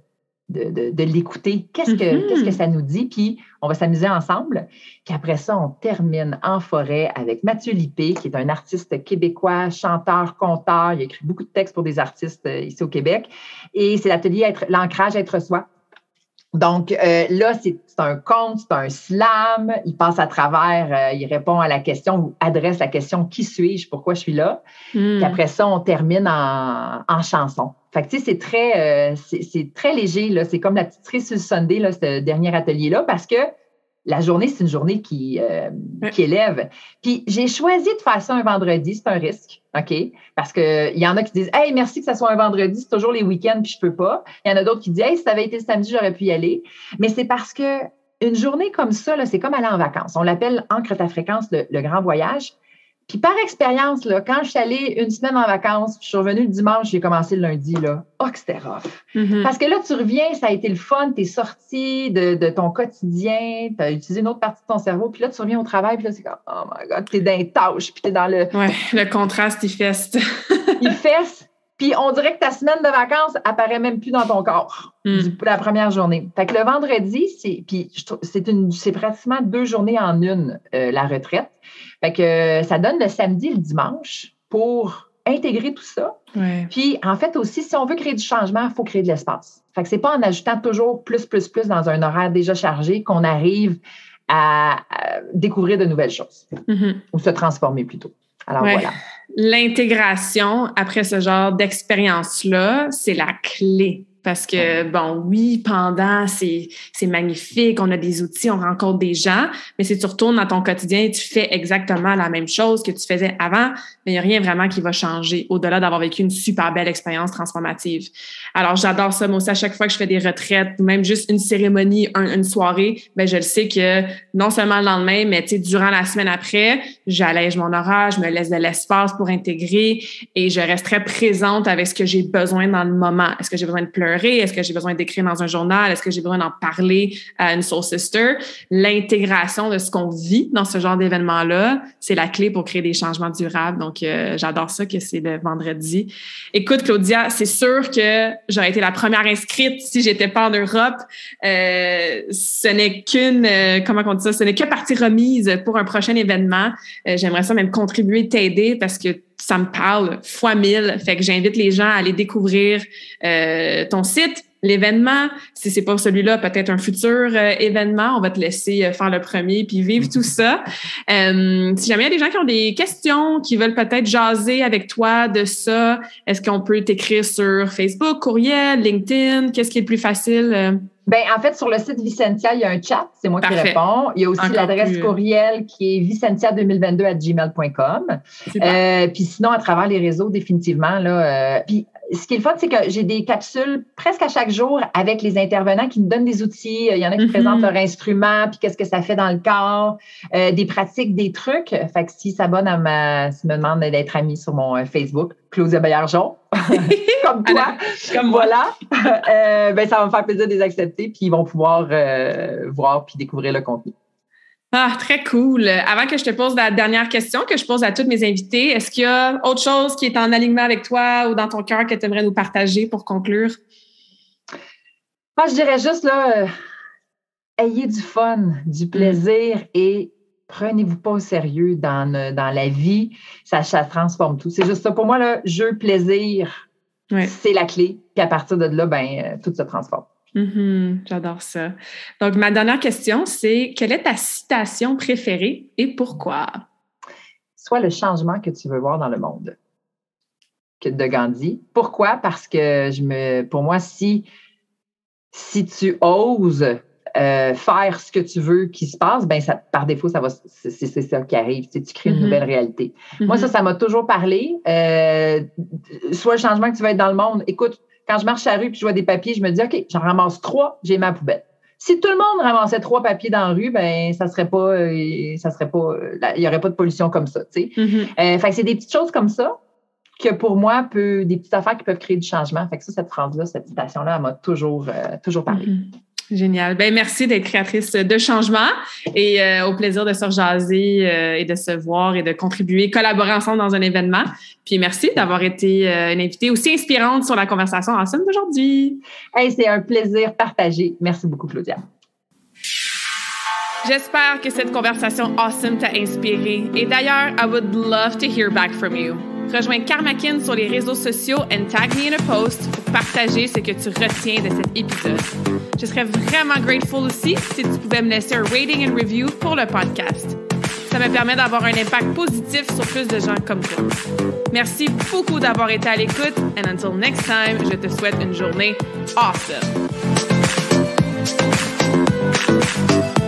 de l'écouter. Qu'est-ce que ça nous dit? Puis on va s'amuser ensemble. Puis après ça, on termine en forêt avec Mathieu Lippé, qui est un artiste québécois, chanteur, conteur. Il a écrit beaucoup de textes pour des artistes ici au Québec. Et c'est l'atelier L'ancrage être soi. Donc là, c'est un conte, c'est un slam. Il passe à travers, il répond à la question ou adresse la question « Qui suis-je? Pourquoi je suis là? » Puis après ça, on termine en chanson. Fait que tu sais, c'est très léger, là. C'est comme la petite cerise sur le Sunday, là, ce dernier atelier-là, parce que la journée, c'est une journée qui élève. Puis j'ai choisi de faire ça un vendredi, c'est un risque, OK? Parce qu'il y en a qui disent « Hey, merci que ça soit un vendredi, c'est toujours les week-ends, puis je peux pas. » Il y en a d'autres qui disent « Hey, si ça avait été le samedi, j'aurais pu y aller. » Mais c'est parce que une journée comme ça, là, c'est comme aller en vacances. On l'appelle « Ancre ta fréquence », le grand voyage. Puis par expérience, là, quand je suis allée une semaine en vacances, puis je suis revenue le dimanche, j'ai commencé le lundi, là, que c'était rough. Parce que là, tu reviens, ça a été le fun, t'es sorti de ton quotidien, t'as utilisé une autre partie de ton cerveau, puis là, tu reviens au travail, puis là, c'est comme, oh my God, t'es dans les tâches, puis t'es dans le... Ouais, le contraste, il feste. Il feste, puis on dirait que ta semaine de vacances apparaît même plus dans ton corps, la première journée. Fait que le vendredi, c'est pratiquement 2 journées en une, la retraite. Fait que ça donne le samedi et le dimanche pour intégrer tout ça. Ouais. Puis, en fait, aussi, si on veut créer du changement, il faut créer de l'espace. Fait que c'est pas en ajoutant toujours plus dans un horaire déjà chargé qu'on arrive à découvrir de nouvelles choses ou se transformer plutôt. Alors, voilà. L'intégration, après ce genre d'expérience-là, c'est la clé. Parce que, bon, oui, pendant, c'est magnifique, on a des outils, on rencontre des gens, mais si tu retournes dans ton quotidien et tu fais exactement la même chose que tu faisais avant, mais il n'y a rien vraiment qui va changer au-delà d'avoir vécu une super belle expérience transformative. Alors, j'adore ça. Moi aussi, à chaque fois que je fais des retraites, même juste une cérémonie, une soirée, ben je le sais que non seulement le lendemain, mais tu sais, durant la semaine après, j'allège mon horaire, je me laisse de l'espace pour intégrer et je reste très présente avec ce que j'ai besoin dans le moment. Est-ce que j'ai besoin de pleurer? Est-ce que j'ai besoin d'écrire dans un journal? Est-ce que j'ai besoin d'en parler à une soul sister? L'intégration de ce qu'on vit dans ce genre d'événement-là, c'est la clé pour créer des changements durables. Donc, j'adore ça que c'est le vendredi. Écoute, Claudia, c'est sûr que j'aurais été la première inscrite si j'étais pas en Europe. Ce n'est comment on dit ça? Ce n'est que partie remise pour un prochain événement. J'aimerais ça même contribuer, t'aider parce que ça me parle fois 1000. Fait que j'invite les gens à aller découvrir ton site, l'événement. Si c'est pas celui-là, peut-être un futur événement. On va te laisser faire le premier puis vivre tout ça. Si jamais il y a des gens qui ont des questions, qui veulent peut-être jaser avec toi de ça, est-ce qu'on peut t'écrire sur Facebook, courriel, LinkedIn? Qu'est-ce qui est le plus facile? Ben, en fait, sur le site Vicentia, il y a un chat, c'est moi qui réponds. Il y a aussi l'adresse courriel qui est vicentia2022@gmail.com. Puis sinon, à travers les réseaux, définitivement, là. Puis ce qui est le fun, c'est que j'ai des capsules presque à chaque jour avec les intervenants qui me donnent des outils. Il y en a qui présentent leur instrument, puis qu'est-ce que ça fait dans le corps, des pratiques, des trucs. Fait que s'ils s'abonnent s'ils me demandent d'être amis sur mon Facebook, Claudia Baillargeon, comme toi, comme moi. Voilà, ben, ça va me faire plaisir de les accepter, puis ils vont pouvoir voir puis découvrir le contenu. Ah, très cool. Avant que je te pose la dernière question que je pose à tous mes invités, est-ce qu'il y a autre chose qui est en alignement avec toi ou dans ton cœur que tu aimerais nous partager pour conclure? Moi, je dirais juste, là, ayez du fun, du plaisir et prenez-vous pas au sérieux dans la vie. Ça transforme tout. C'est juste ça. Pour moi, là, jeu, plaisir, c'est la clé. Puis à partir de là, ben, tout se transforme. J'adore ça. Donc, ma dernière question, c'est quelle est ta citation préférée et pourquoi? Sois le changement que tu veux voir dans le monde. De Gandhi. Pourquoi? Parce que pour moi, si tu oses faire ce que tu veux qu'il se passe, ben ça, par défaut, c'est ça qui arrive. Tu crées une nouvelle réalité. Moi, ça m'a toujours parlé. Sois le changement que tu veux être dans le monde. Écoute, quand je marche à la rue et je vois des papiers, je me dis, OK, j'en ramasse 3, j'ai ma poubelle. Si tout le monde ramassait 3 papiers dans la rue, ben il y aurait pas de pollution comme ça, tu sais. Fait que c'est des petites choses comme ça que pour moi, des petites affaires qui peuvent créer du changement. Fait que cette phrase-là, cette citation-là, elle m'a toujours parlé. Génial. Ben merci d'être créatrice de changement et au plaisir de se rejaser et de se voir et de contribuer, collaborer ensemble dans un événement. Puis merci d'avoir été une invitée aussi inspirante sur la conversation Awesome d'aujourd'hui. Hey, c'est un plaisir partagé. Merci beaucoup, Claudia. J'espère que cette conversation Awesome t'a inspiré. Et d'ailleurs, I would love to hear back from you. Rejoins Karmakin sur les réseaux sociaux and tag me in a post pour partager ce que tu retiens de cet épisode. Je serais vraiment grateful aussi si tu pouvais me laisser un rating and review pour le podcast. Ça me permet d'avoir un impact positif sur plus de gens comme toi. Merci beaucoup d'avoir été à l'écoute and until next time, je te souhaite une journée awesome.